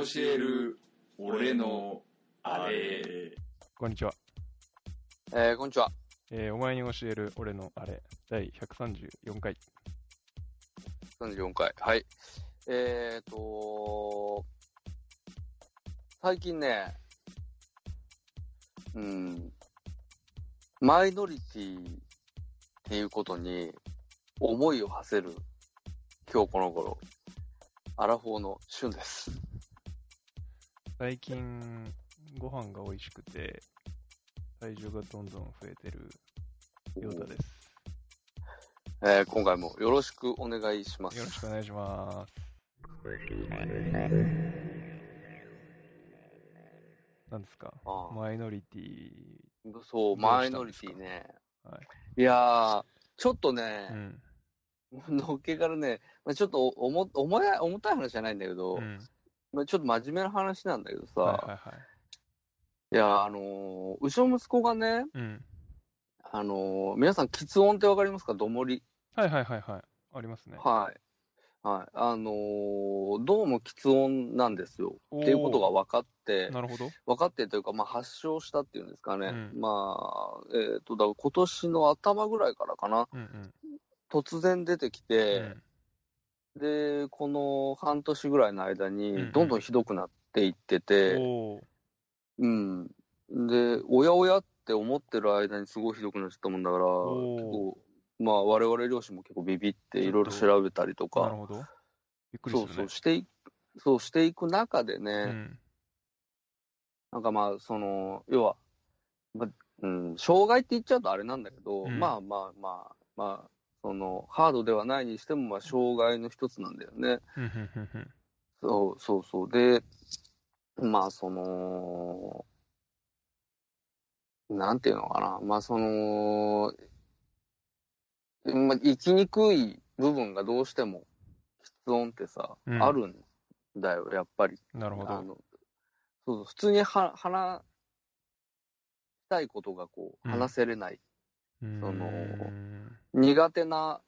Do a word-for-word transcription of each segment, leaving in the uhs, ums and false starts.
教える俺のあれ。 こんにちは。 えー、こんにちは。 えー、お前に教える俺のあれ、だいひゃくさんじゅうよんかい。 さんじゅうよんかい。はい。えーと、最近ね、うん、マイノリティっていうことに思いを馳せる今日この頃、アラフォーの旬です。 最近、ご飯が美味しくて、体重がどんどん増えてるヨータです。 えー、今回もよろしくお願いします。 よろしくお願いします。何ですか？ ああマイノリティ。 そう、 どうマイノリしたんですか？ ティね。 はい。 いやー、ちょっとね、 うん。 のっけからね、まあ、ちょっと重重い重たい話じゃないんだけど、 うん。 まあ、ちょっと真面目な話なんだけどさ、 はいはいはい。 いや、あのー、うちの息子がね、 うん。 あのー、皆さん、喫音ってわかりますか？どもり。 はいはいはいはい。ありますね。 はい。はい。あのー、どうも喫音なんですよ。っていうことが分かって、 なるほど。 分かってというか、まあ、発症したっていうんですかね。 うんまあ、えっ、と、だから今年の頭ぐらいからかな。 うんうん突然出てきうて、 んで、この半年ぐらいの間うんうんに、どんどんひどくなっていってて、 おーうん。で、おやおやって思ってる間にすごいひどくなっちゃったもんだから、結おー構、まあ我々両親も結構ビビっていろいろ調べたりとか、 なるほど。びっくりするね。 そうそうしてい、そうしていく中でね、 うんなんかまあ、その、要は、ま、うん、障害って言っちゃうとあれなんだけど、 うんまあまあまあ、まあ、その、ハードではないにしても、まあ、障害の一つなんだよね。 ふんふんふんふんそうそうそう。で、まあ、その、なんていうのかな。まあ、その、まあ、生きにくい部分がどうしても、吃音ってさ、 うんあるんだよ、やっぱり。 なるほど。 あの、そうそう、普通には話したいことがこう、 うん話せれない。 うーんその、苦手な、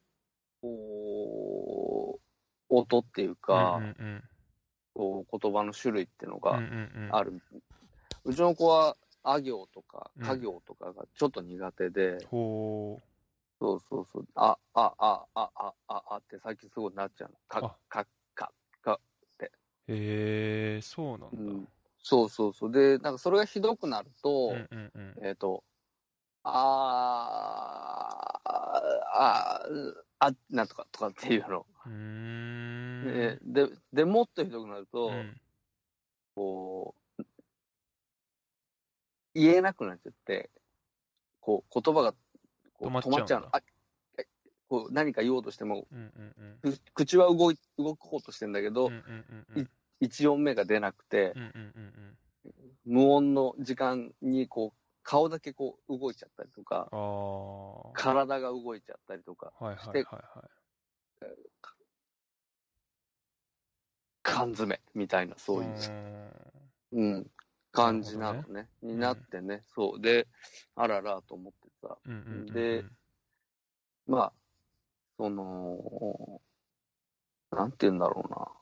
こう、音っていうか、 うんうんこう言葉の種類っていうのがうんうんうんある。うちの子は、あ行とか、 うんか行とかがちょっと苦手で、 ほうそうそうそう、あ、あ、あ、あ、あ、あ、あって最近すごいなっちゃうの。か、 あか、か、かって。 へえそうなんだ。 うん。そうそうそう。で、なんかそれがひどくなると、 うんうんうんえっと、あー、あー、あ、なんとかとかっていうの。 うーんで、で、でもっとひどくなると、 うんこう、言えなくなっちゃって、こう、言葉がこ止うまっちゃうんだ。 止まっちゃうの。あ、えこう何か言おうとしても、 うんうんうんく口は動い、動こうとしてんだけど、 うんうんうんうんい一音目が出なくて、 うんうんうん無音の時間にこう、顔だけこう動いちゃったりとか、 ああは体が動いちゃったりとかいはいはいして、 は缶詰みたいな、そういういう、 ーうん、感じなのなるほね。になってね、そう。で、あららと思ってさ。 んうんうんうんで、まあ、その、なんて言うんだろうな。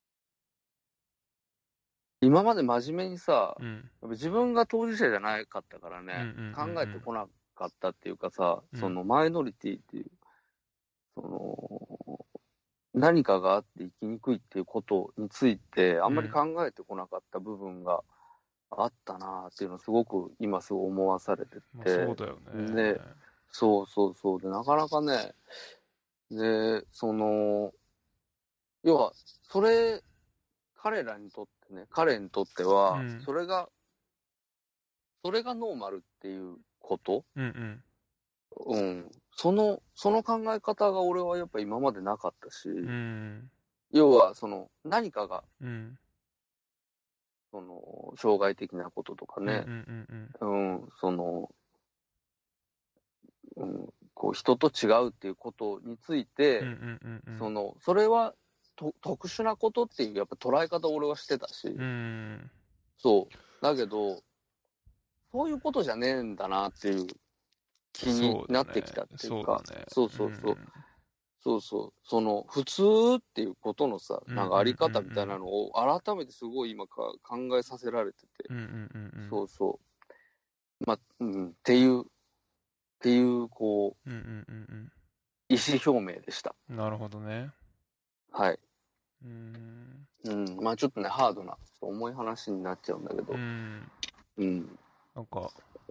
今まで真面目にさ、 うんやっぱ自分が当事者じゃなかったからね、 うんうんうんうん考えてこなかったっていうかさ、 うんそのマイノリティっていう、その、何かがあって生きにくいっていうことについて、あんまり考えてこなかった部分があったなっていうのをすごく今すぐ思わされてまあて、 そうだよね。 で、そうそうそう、で、なかなかね、で、その、要は、それ、彼らにとってね、彼にとっては、 うんそれが、それがノーマルっていうことうんうんうん。その、その考え方が俺はやっぱ今までなかったし、 うん要は、その、何かが、 うんその、障害的なこととかうんうんね、 うんうんうん、その、うん、こう、人と違うっていうことについて、 うんうんうんうんその、それはと特殊なことっていう、やっぱ捉え方を俺はしてたし、 うんそう。だけど、そういうことじゃねえんだなっていう気になってきたっていうか、 そうだねそうそうそう。 んそうそう、その普通っていうことのさ、なんかあり方みたいなのを改めてすごい今か考えさせられてて、 うんうんうんうん、 そうそう、まあ、うん、っていう、っていう、こう、 うんうんうん意思表明でした。 うん、なるほどね。 はい。 うーん、 うん、まあちょっとね、ハードな、重い話になっちゃうんだけど、 うん、 うん、 なんか、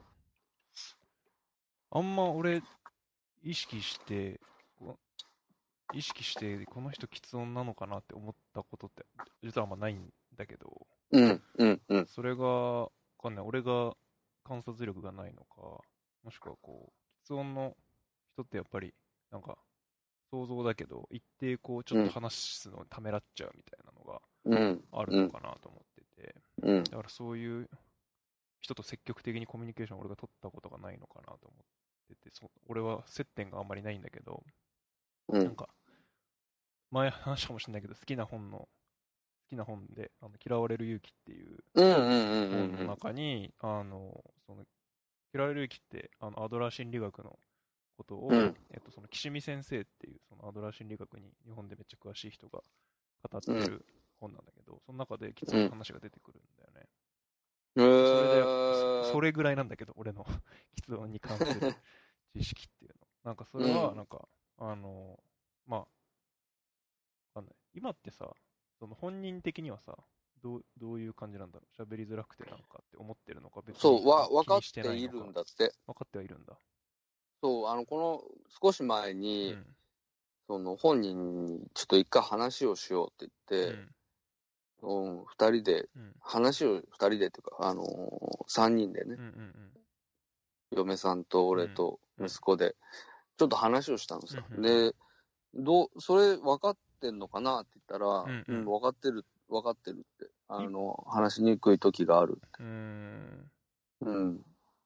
あんま俺、意識して、こう意識して、この人喫音なのかなって思ったことって、実はあんまないんだけど、 うん、うん、うん、 それが、わかんない。俺が観察力がないのか、もしくはこう、喫音の人ってやっぱり、なんか、想像だけど、一定こう、ちょっとうん、 話すのにためらっちゃうみたいなのがうん、 あるうん、 のかなと思ってて、 うん、 だからそういう人と積極的にコミュニケーションを俺が取ったことがないのかなと思ってて、そ俺は接点があんまりないんだけど、 うん、 なんか、前話したかもしれないけど、好きな本の、好きな本で、あの嫌われる勇気っていううん、うん、うん、 本の中に、あの、その、嫌われる勇気って、あの、アドラー心理学のことを、 うん、 えっと、その、岸見先生っていう、そのアドラー心理学に日本でめっちゃ詳しい人が語っうん、 てる本なんだけど、その中で喫うん、 音の話が出てくるんだよね。 うでそれで、そーん、 それぐらいなんだけど、俺の喫音に関する知識っていうの。なんかそれは、 うん、 なんか、あの、まあ、わかんない。今ってさ、その本人的にはさ、どう、どういう感じなんだろう。喋りづらくてなんかって思ってるのか、別にそう、わ、分かっ気にしてているないのか。 んだって。 分かってはいるんだ。 そう、あの、この少し前に、 うん。 その本人にちょっと一回話をしようって言って、 うん。 うん、二人で、 うん。 話を二人でっていうか、あのー三人でね、 うん。うん。 嫁さんとうん。 俺とうん。 息子で、ちょっと話をしたのうん。うさ。 ん。 で、どう、それ分かってんのかなって言ったら、 うん。ううん、 ん。 分かってる、分かってるって。あい、 の、話しにくい時がある。 うーん。 うん、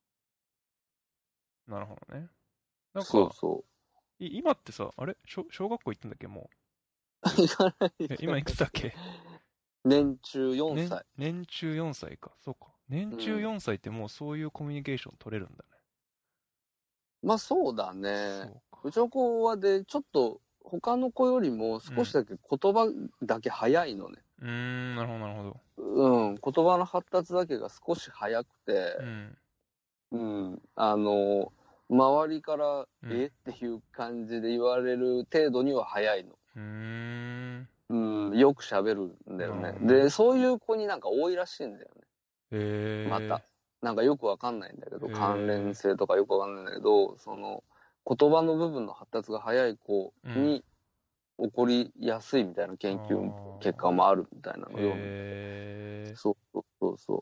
なるほどね。なんか、 そうそい今ってさ、あれ小、小学校行ってんだっけもう。行かない、 う。え、 行かない。 今いくつだっけ？ 年中4 年、 歳。 年中よんさいか。そうか。年中うん。 よんさいってもうそういうコミュニケーション取れるんだね。 まあそうだね。 そうか。 うちの子はで、ちょっと他の子よりもうん。 少しだけ言葉だけ早いのね。 うーん、なるほど、なるほど。 うん、言葉の発達だけが少し早くて、 うん。 うん、あの、周りから、 うん。 えっていう感じで言われる程度には早いの。 うーん。 うん、よく喋るんだなるよね。 ほどね。 で、そういう子になんか多いらしいんだよね。まへた。なんかよくわかんないんだけえ。 ど、関連へえ。 性とかよくわかんないんだけど、その、言葉の部分の発達が早い子うん。 に起こりやすいみたいなあ研究結あ。 果もあるみたいなのを読んで。 へえ。 そうそうそうそう。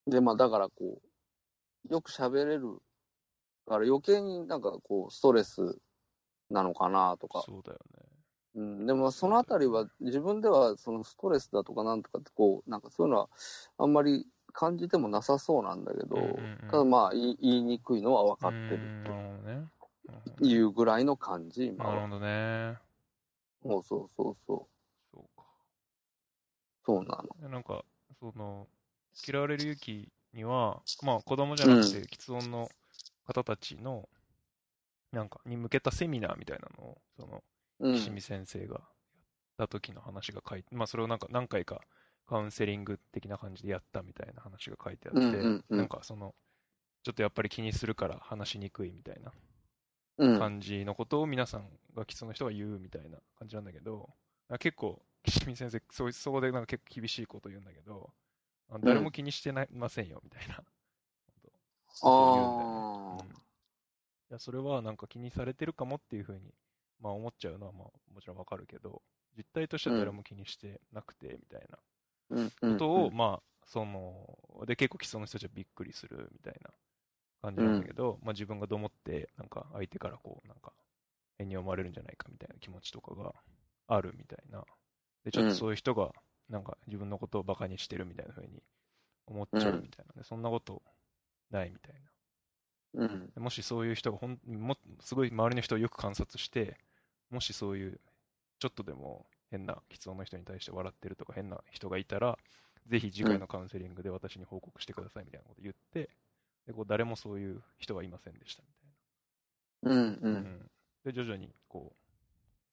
で、まあだからこう、よく喋れるから余計になんかこう、ストレスなのかなとか。 そうだよね。 うん、でもそそうだよね。 のあたりは自分ではそのストレスだとかなんとかってこう、なんかそういうのはあんまり感じてもなさそうなんだけうんうど、ただんまあ言い言いにくいのは分うん。うーかってるん、なるほどね。なるほどね。 いうぐらいの感じ、今は。 なるほどね。 そうそうそうそう。 そうか。 そうなの。 なんか、その、嫌われる勇気には、まあ子供じゃうん。 なくて、喫音の方たちの、なんか、に向けたセミナーみたいなのを、その、 うん。 岸見先生がやった時の話が書いて、まあそれをなんか何回かカウンセリング的な感じでやったみたいな話が書いてあっうんうて、 んうん。 なんかその、ちょっとやっぱり気にするから話しにくいみたいなうん。 感じのことを皆さんが喫音の人が言うみたいな感じなんだけど、結構、岸見先生、そうそこでなんか結構厳しいこと言うんだけど、誰もうん。 気にしてないませんよみたいなあことを言うんだよね。うん。いあ。 や、それはなんか気にされてるかもっていうふうに、まあ思っちゃうのはまあもちろんわかるけど、実態としては誰うん。 も気にしてなくてみたいなうんうんことを、 うん。 まあ、その、で結構既存の人たちはびっくりするみたいな感じうん。 なんだけど、まあ自分がどもって、なんか相手からこう、なんか変に思われるんじゃないかみたいな気持ちとかがあるみたいな。で、ちょっとそういう人が、なんか自分のことをバカにしてるみたいな風に思っちゃうみうん。 たいな。で、そんなことないみたいな。 うん。 もしそういう人がほんも、すごい周りの人をよく観察して、もしそういう、ちょっとでも変な喫音の人に対して笑ってるとか変な人がいたら、ぜひ次うん。 回のカウンセリングで私に報告してくださいみたいなこと言って、でこう誰もそういう人はいませんでしたみうん。うたいな。うん。 ん。で、徐々にこう、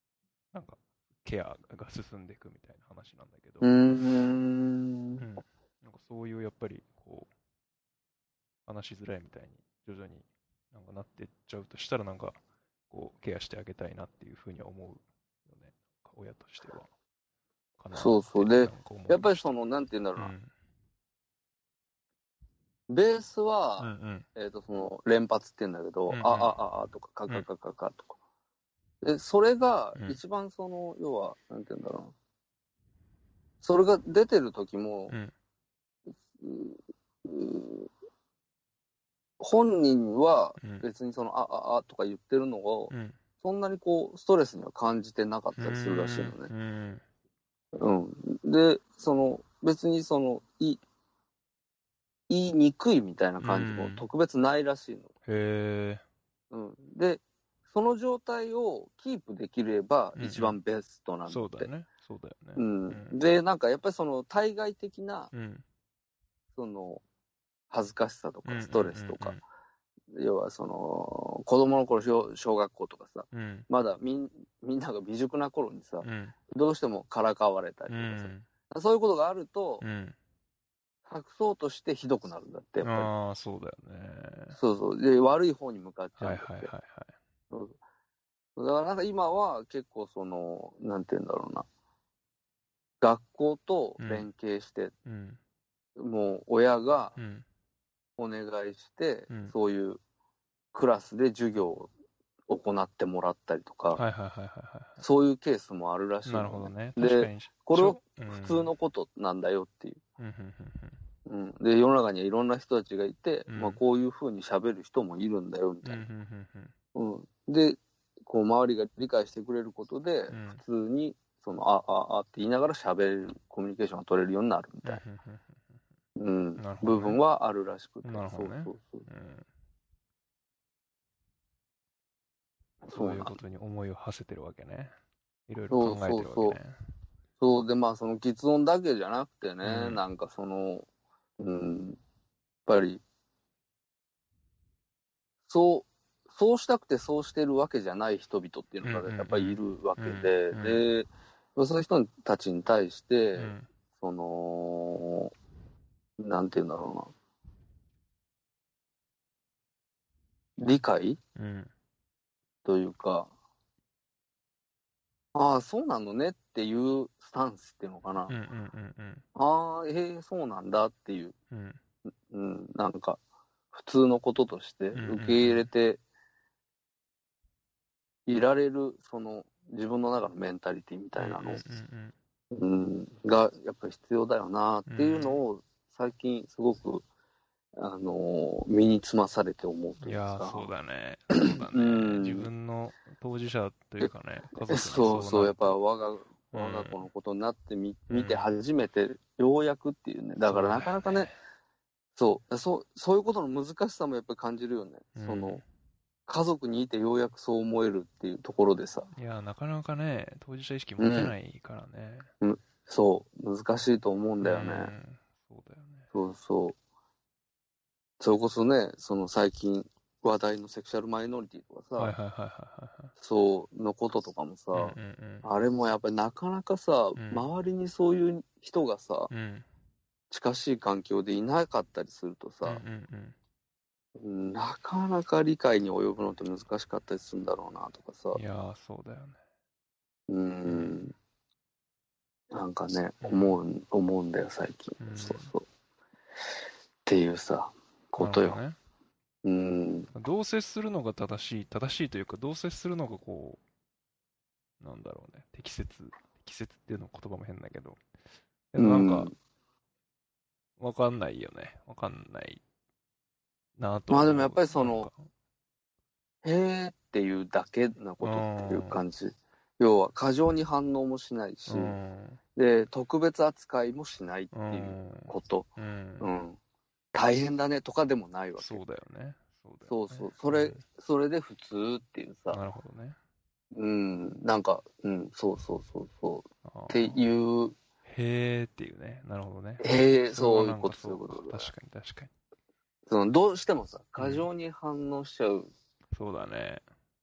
ケアが進んでいくみたいな話なんだけど、 うーん。 うんなんかそういうやっぱりこう話しづらいみたいに徐々になんかなっていっちゃうとしたらなんかこうケアしてあげたいなっていうふうには思うよね。なんか親としては。かなそうそう。 ってで、 なんか思いましたやっぱりその、なんて言うんだろうな。 うんベースうんは、 うんえっと、その、連発って言うんだけど、 うんうんあ、あ、あ、あとか、カカカカカとか。で、それがうん一番その、要は、なんて言うんだろうな。それが出てる時もう、んうう本人はうん別にその、あ、あ、あとか言ってるのをう、んそんなにこう、ストレスには感じてなかったりするらしいのね。 うんうん。で、その、別にその、い、言いにくいみたいな感じもうん特別ないらしいの。 へえうん。で、その状態をキープできればうんうん一番ベストなんだって。 そうだよねそうだよねうん。で、なんかやっぱりその対外的な、 うんその、恥ずかしさとうんかストレスとか、 うん要はその、子供の頃小、小学校とかさ、 うんまだみんみんなが未熟な頃にさ、 うんどうしてもからかわれたりうとかさ、 んそういうことがあるとう、ん隠そうとしてひどくなるんだって、やっぱり。 ああそうだよねそうそう。で、悪い方に向かっちゃうんだって。 はいはいはいはいそうそうだからなんか今は結構その、なんて言うんだろうな。学校と連携して、 うんもう親がうんお願いして、 うんそういうクラスで授業を行ってもらったりとか、 はいはいはいはいはそういうケースもあるらしいいのなるほどね確かで、 にこれはうん普通のことなんだよっていう。 うんうんうん、で、世の中にはいろんな人たちがいて、 うんまあこういうふうに喋る人もいるんだよみうんうんたいな。 うんうん、で、こう周りが理解してくれることで、 うん普通に、その、あ、あ、あって言いながら喋れる、コミュニケーションが取れるようになるみたいうんうんな、うんなるほどね部分はあるらしくて。 なるほどねそうそううんそう。 そういうなんことに思いを馳せてるわけねいろいろそう考えてるわけそうねそうで、まあ、その喫音だけじゃなくてね、 うんなんかその、うん、やっぱり、そう、そうしたくてそうしてるわけじゃない人々っていうのがやっぱりいるわけで、 うんうんで、そういう人たちに対して、 うんその、なんて言うんだろうな、理解うんというか、ああ、そうなのねっていうスタンスっていうのかな。 うんうんうんうんああ、ええそうなんだっていう、 うんうん、なんか、普通のこととして受け入れていられる、その、自分の中のメンタリティみたいなの、うん、が、やっぱり必要だよなっていうのを、最近すごく、あの、身につまされて思うというか。 いやーそうだねそうだね、 うん自分の当事者というかね家族がそうそう、やっぱう我が、 うん我が子のことになってみ、 うん見て初めて、ようやくっていうね。だからなかなかね、そう、そう、そういうことの難しさもやっぱり感じるよね。 うんその、家族にいてようやくそう思えるっていうところでさ。 いやーなかなかね当事者意識持てないからね、 そう、難しいと思うんだよね。 うんそうだよねそうそう。それこそね、その最近話題のセクシャルマイノリティとかさ、 はいはいはいはいはいそうのこととかもさ、 はいうんうんあれもやっぱりなかなかさ、 うん周りにそういう人がさ、 うんうん近しい環境でいなかったりするとうんさ、 うんうんうんなかなか理解に及ぶのって難しかったりするんだろうなとかさ、 いやーそうだよねうん、なんかね、 うん思う、思うんだよ、最近。 うんそうそう。っていうさ、ことよ。 なるほどねうん。 どう接するのが正しい正しいというかどう接するのがこうなんだろうね適切適切っていうの言葉も変だけどでもなんかわかんないよねわかんないなと思うまあでもやっぱりそのなんかへーっていうだけなことっていう感じ。要は過剰に反応もしないし、 うんで、特別扱いもしないってういうんこと。 うんうん。大変だねとかでもないわけ。 そうだよねそうだよねそうそう。それ、 うんそれで普通っていうさ。 なるほどねうん。なんか、うん、そうそうそうそう。 あーっていう、 へーっていうねなるほどねへー、 それはなそういうんこと、 かそうかそういうことだ。 確かに確かにそのどうしてもさ、過剰に反応しちゃうそうだね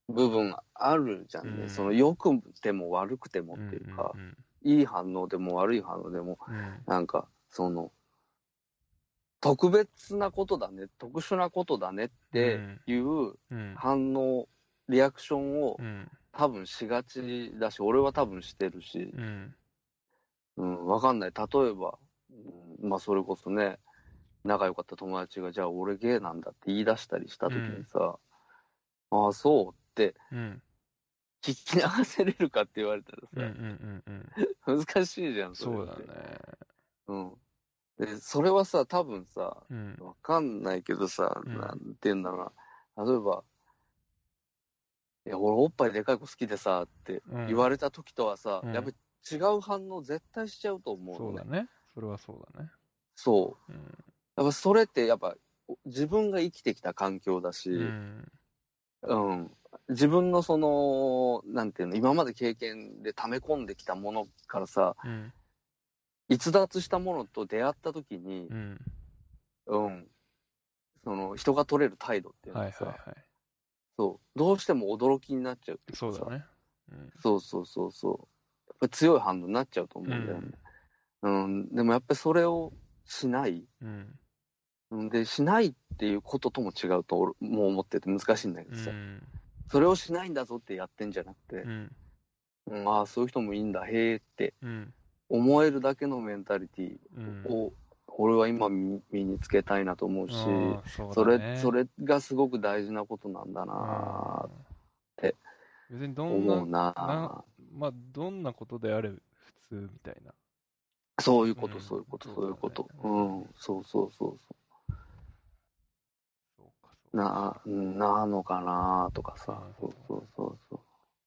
部分あるじゃんね。 うん、 その良くても悪くてもっていうか、 うんうんいい反応でも悪い反応でも、 うん、 なんか、その、特別なことだね、特殊なことだねっていううん反応、リアクションをうん多分しがちだし、俺は多分してるし、 うんうん、わかんない。例えば、うん、まあそれこそね、仲良かった友達が、じゃあ俺ゲイなんだって言い出したりした時にさ、ああ、そうってうん聞き流せれるかって言われたうんうんらさ、 うんうん難しいじゃん、それそうだって。 ね。 うん。で、それはさ、多分さ、 うんわかんないけどさ、 うんなんて言うんだろうな。例えば、いや、俺おっぱいでかい子好きでさ、ってうん言われた時とはさ、 うんやっぱり違う反応絶対しちゃうと思うのね。 そうだね。それはそうだね。 そう。 うんやっぱそれってやっぱ自分が生きてきた環境だうし、 んうん。自分のその、なんていうの、今まで経験で溜め込んできたものからさ、 うん逸脱したものと出会った時にう、んうん。その人が取れる態度っていうのはいはさ、 はいはい。 そう、どうしても驚きになっちゃうっていうかさ、 そうだね。うんそうそうそうそう。やっぱり強い反応になっちゃうと思ううんだよね。 んうん。でもやっぱりそれをしない。 うんうんで、しないっていうこととも違うと俺もう思ってて難しいんだけうどさ、 んそれをしないんだぞってやってんじゃなくて、 うんうん、ああ、そういう人もいいんだ、へえってうん思えるだけのメンタリティうんを、俺は今身につけたいなと思うし、 ああ、そうそれ、 だね。 それがすごく大事なことなんだうなんて別にどんな、 思うなな、まあ、どんなことであれ普通みたいな。 そういうこと、 うん、 そういうこと、 そうだね。 そういうこと。 ううんん、そうそうそうそそうか、 う。 そうか。 な、うんなのかなとかさ。 なるほど。 そうそうそうそう。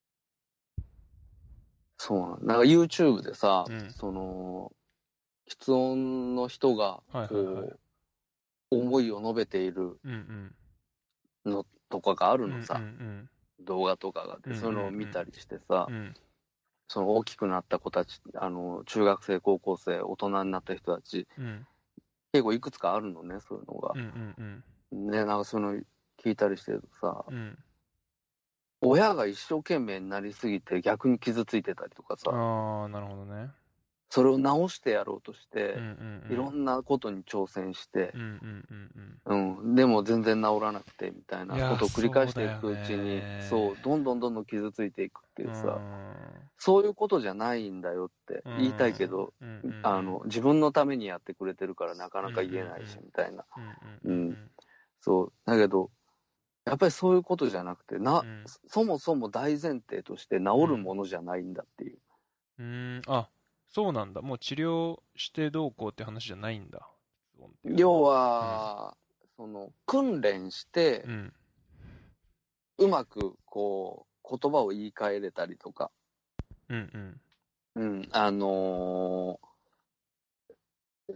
そうなんなんか YouTube でさ、 うん。 その、吃音の人が、 はいはいはい。 こう、思いを述べているうんうん。 のとかがあるうんうんのさ、 うん。 動画とかがで、 うんうんうんそういうのを見たりしてさ、 うんその大きくなった子たち、あの、中学生、高校生、大人になった人たち、 うん結構いくつかあるのね、そういうのがうんうんう。んね、なんかそういうの聞いたりしてるとさ、 うん親が一生懸命になりすぎて逆に傷ついてたりとかさ、 ああ、なるほどね。 それを直してやろうとしうんうて、 んうん。 いろんなことに挑戦してう、んうんうんうん。 うん、でも全然治らなくてみたいいやー、 なことを繰り返していそうだよくうちに、 ねそう、どんどんどんどん傷ついていくっていううさ、 ん。 そういうことじゃないんだよってうん言いたいけど、 うんうんうんあの、自分のためにやってくれてるからなかなか言えないし、 うんみたいな。 うんううんんそう。だけど、やっぱりそういうことじゃなくて、な、 うんそもそも大前提として治るものじゃないんだっていう。 うん。うん、あ、そうなんだ。もう治療してどうこうって話じゃないんだ。 要は、その、訓練してう、ん。 うまく、こう、言葉を言い換えれたりとか、 うんうん。 うん、あのー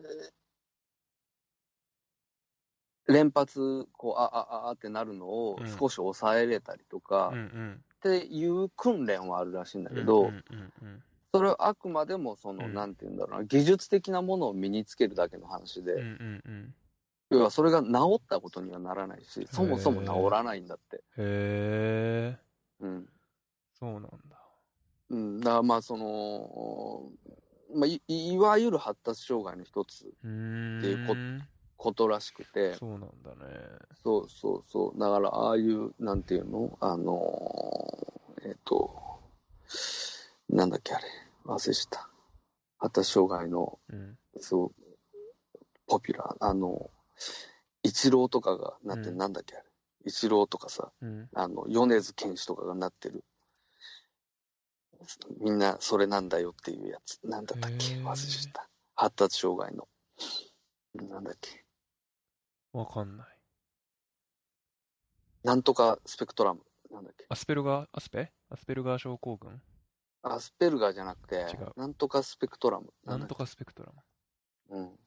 連発、こう、あ、あ、あってなるのをうん少し抑えれたりとか、 うんうん。 っていう訓練はあるらしいんだうんけど、 うんうんうん。 それはあくまでも、その、 うんなんて言うんだろうな、技術的なものを身につけるだけの話で、 うんうんうん。 要はそれが治ったことにはならないし、そもそも治らないんだって。 へえ、 うん。 そうなんだ。 うん。だからまあ、その、まあ、い、いわゆる発達障害の一つうーん。 っていうこことらしくて、 そうなんだね。 そうそうそう。だから、ああいう、なんていうのあのー、えっと、なんだっけあれ、忘れした。発達障害の、 うん。 そう、ポピュラー、あの、イチローとかがなってる、 うんなんだっけあれ。イチローとかさ、 うん。 あの、米津玄師とかがなってる。みんなそれなんだよっていうやつ。なんだったっけへー忘れちゃった。発達障害の。なんだっけわかんない。 なんとかスペクトラム。なんだっけアスペルガー、アスペアスペルガー症候群アスペルガーじゃなくて違う、 なんとかスペクトラム。だっけなんとかスペクトラム。 うん。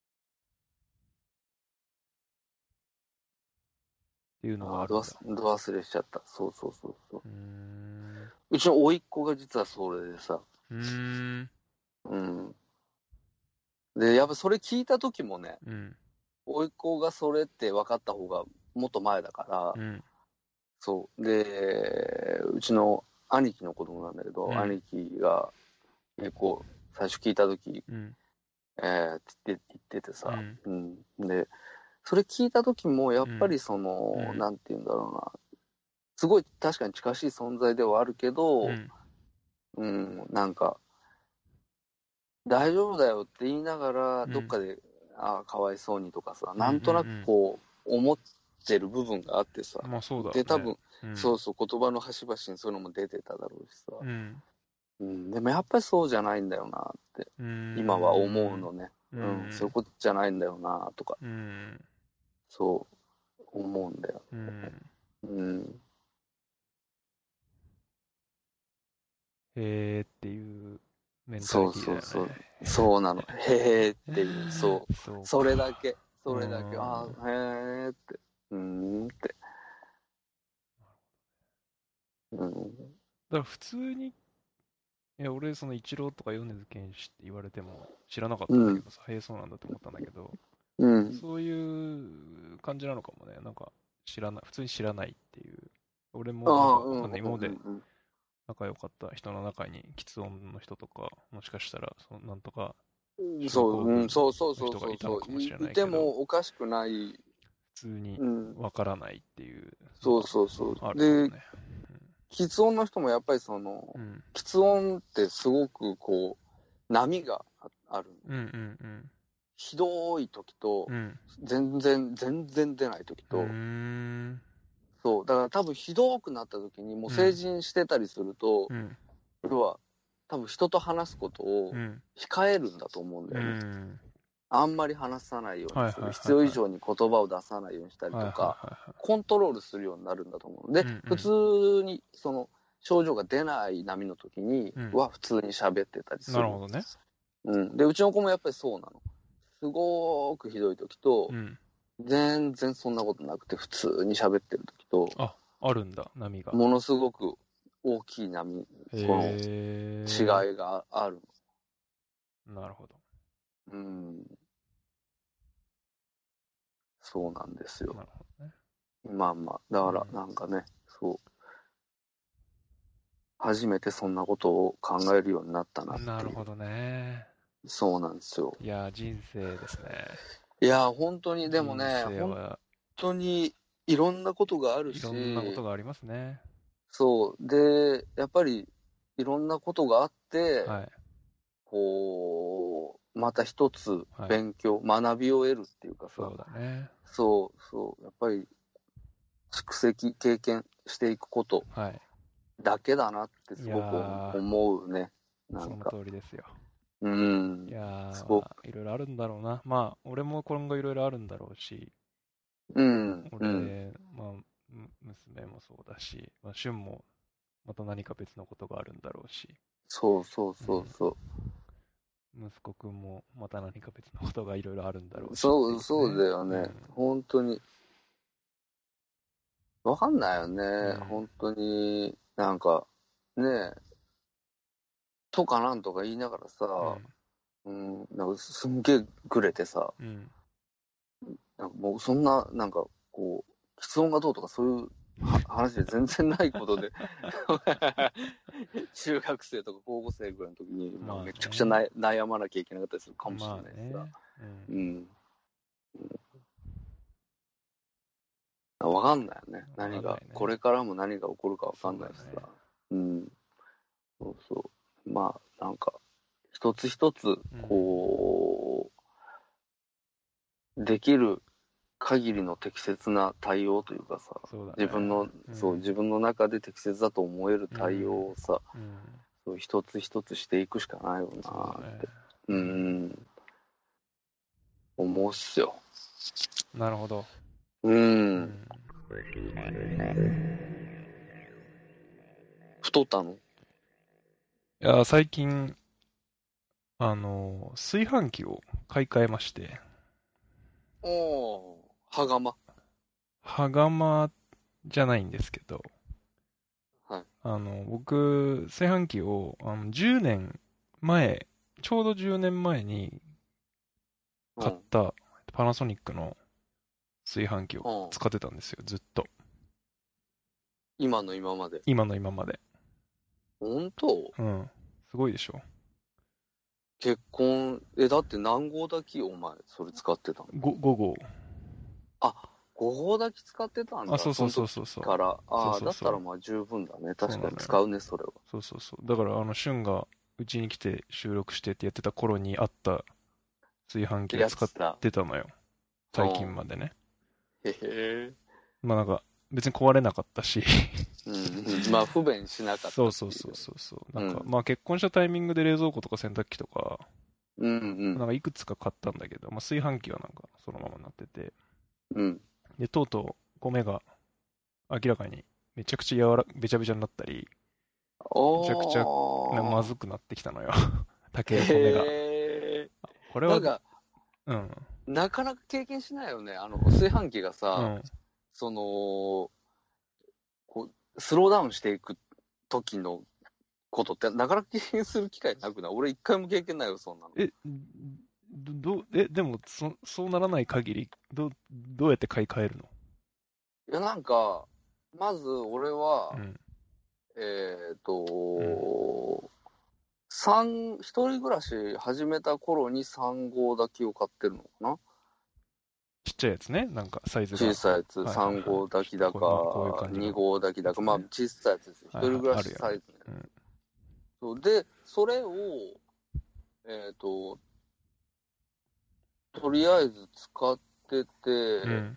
っていうのがああ、 あるんだ。 ど忘ど忘れしちゃった。そうそうそうそう。 うーん。 うちの甥っ子が実はそれでさ。 うーん。 うん。で、やっぱそれ聞いた時もね、 うん。 甥っ子がそれって分かった方がもっと前だから、 うん。 そう。で、うちの兄貴の子供なんだけど、 うん兄貴が結構最初聞いたとき、 うん。 えーって言って言っててうさ、 ん。 うん。で、それ聞いたときも、やっぱりその、 うんなんて言うんだろうな、すごい確かに近しい存在ではあるけど、 うん。 うん、なんか、大丈夫だよって言いながら、 うんどっかで、ああ、かわいそうにとかさ、 んなんとなくこう、思ってる部分があってさ、 まあそうだろうで、 ね。 多分、 うん、 そうそう、言葉の端々にそういうのも出てただろうしさ、 うん。 うん、でもやっぱりそうじゃないんだよなって、 うーん。 今は思うのね、 ううん、 ん。 そういうことじゃないんだよなとか、 うん。 そう、思うんだよ。 うん。 うん、 へーっていうメンタそうリティだよそうそう、 ね。 そうなの、へーっていう、そう、 そうか。 それだけ、それだけ、 うんああ、へーって、うーんって、うん、 だから普通に、いや、俺、そのイチローとか米津玄師って言われても知らなかったんだけどさ、へえ、そうなんだって思ったんだけど、 うん、 そういう感じなのかもね。なんか、知らない、普通に知らないっていう。俺も、なんか、 ああ、うん、 わかんない。今までうん、 仲良かった人の中に、喫音の人とか、もしかしたら、そのなんとか、 うん、 症そう、うん、 候群そうそうのそうそうそう、 人がいたのかもしい、 れいてないけど、 もおかしくない、 普通にうん、 わからないっていうのそうはそうそう。で、 あるかもね。 喫音の人もやっぱりその、 うん。 喫音ってすごくこう、波があある。 うんうんひどい時とうん。う、ん。 全然、全然出ない時うーと、 ん。 そう、だから多分ひどくなった時にもう成人してたりすると、 うん。 要は、多分人と話すことをうん。 控えるんだと思うんうだよね。 ん。 あんまり話さないようにする。 はいはいはいはい必要以上に言葉を出さないようにしたりはいはいとか、 はコントロールするようになるんだと思う。で、 うんうん普通に、その、症状が出ない波の時にうんは普通に喋ってたりすい。 る。 なるほどね。 うん。で、うちの子もやっぱりそうなの。すごーくひどい時とう、ん。 全然そんなことなくて普通に喋ってる時と、 あ、あるんだ、波が。 ものすごく大きい波、このへ違いがある。 ー。なるほど。 うん。そうなんですよ。 なるほどね。 まあまあ、だからうんなんかね、そう。初めてそんなことを考えるようになったなっていう。 なるほどね。 そうなんですよ。 いやー、人生ですね。 いや、本当に、でもね、本人生は当にいろんなことがあるし、 いろんなことがありますね。 そう。で、やっぱりいろんなことがあって、 はい。 こう、また一つはい勉強、学びを得るっていうかさ、 そうだね。 そうそう、やっぱり蓄積、経験していくことはい。 だけだなってすいやごくー、 思うね。なそのんか、 通りですよ。 うんい。やすごく、 ー、いろいろあるんだろうな。まあ、俺も今後いろいろあるんだろうし、 うん、うん。 俺、まあ、む娘もそうだし、まあ、俊もまた何か別のことがあるんだろうし、 そうそうそうそう。 息子くんもまた何か別のことがいろいろあるんだろうし。 そう、 っていそうだよね。 うん本当に。わかんないよね。 うん本当に、なんか、ねえ、とかなんとか言いながらさ、 うんうん、なんかすんげえぐれてさ、 うんなんかもうそんな、なんか、こう、吃音がどうとかそういうは話で全然ないことで、中学生とか高校生ぐらいの時に、 まあねめちゃくちゃな悩まなきゃいけなかったりするかもしれまあないしさ。 ね。う。 うんん。わかんないよね。何が、 わかんないねこれからも何が起こるかわかんないしそうださ。うん。そうそう。まあ、なんか、一つ一つ、こう、できる限りの適切な対応というかさ、 そうだね自分の、 うんそう、自分の中で適切だと思える対応をさ、 うん。 そう一つ一つしていくしかないよそうなって。 だね。 う,、ん。思うっすよ。 なるほど。 うん。 うん太ったの？ いや、最近、あの、炊飯器を買い替えまして、 おー、はがま。 羽釜じゃないんですけど、 はい。 あの、僕、炊飯器を、あの、じゅうねんまえ、ちょうどじゅうねんまえに買ったパナソニックの炊飯器を使ってたんですよ、ずっと。 今の今まで。 今の今まで。 本当？ うん。すごいでしょ。 結婚、え、だって何号だきお前、それ使ってたの？ ご、ご号。 あ、ご号だき使ってたんだ。 あ、そうそうそうそうそう。 から、ああ、 そうそうそうだったらまあ十分だね。確かそうなのよに使うね、それは。 そうそうそう。だから、あの、シュンがうちに来て収録してってやってた頃にあった炊飯器を使ってたのよ。最近までね。 へへまあなんか、別に壊れなかったし。 うん、まあ不便しなかった。 そうそうそうそうそう。なんか、 うん、 まあ結婚したタイミングで冷蔵庫とか洗濯機とか、 うんうん。 なんかいくつか買ったんだけど、まあ炊飯器はなんかそのままになってて。 うん。 で、とうとう米が明らかにめちゃくちゃ柔ら、べちゃべちゃになったり、めちゃくちゃなまずくなってきたのよ。炊ける米が。 へーこれは、 なんか、 うん。 なかなか経験しないよね。あの、炊飯器がさ、 うん。 その、こう、スローダウンしていく時のことってなかなか経験する機会なくない？俺一回も経験ないよ、そんなの。 え、ど、どえ、でも、そ、そうならない限り、ど、どうやって買い替えるの？ いや、なんか、まず俺は、 うん。 えっ、と、 うん三、一人暮らし始めた頃にさん号炊きを買ってるのかな？ ちっちゃいやつね、なんかサイズが。 小さいやつ、 はいはいはいさん号炊きだか、 こういう感じのに号炊きだか、まあ小さいやつですよ。一はいはい人暮らしサイズね。 あるよねそうで、それを、えっ、と、とりあえず使ってて、 うん。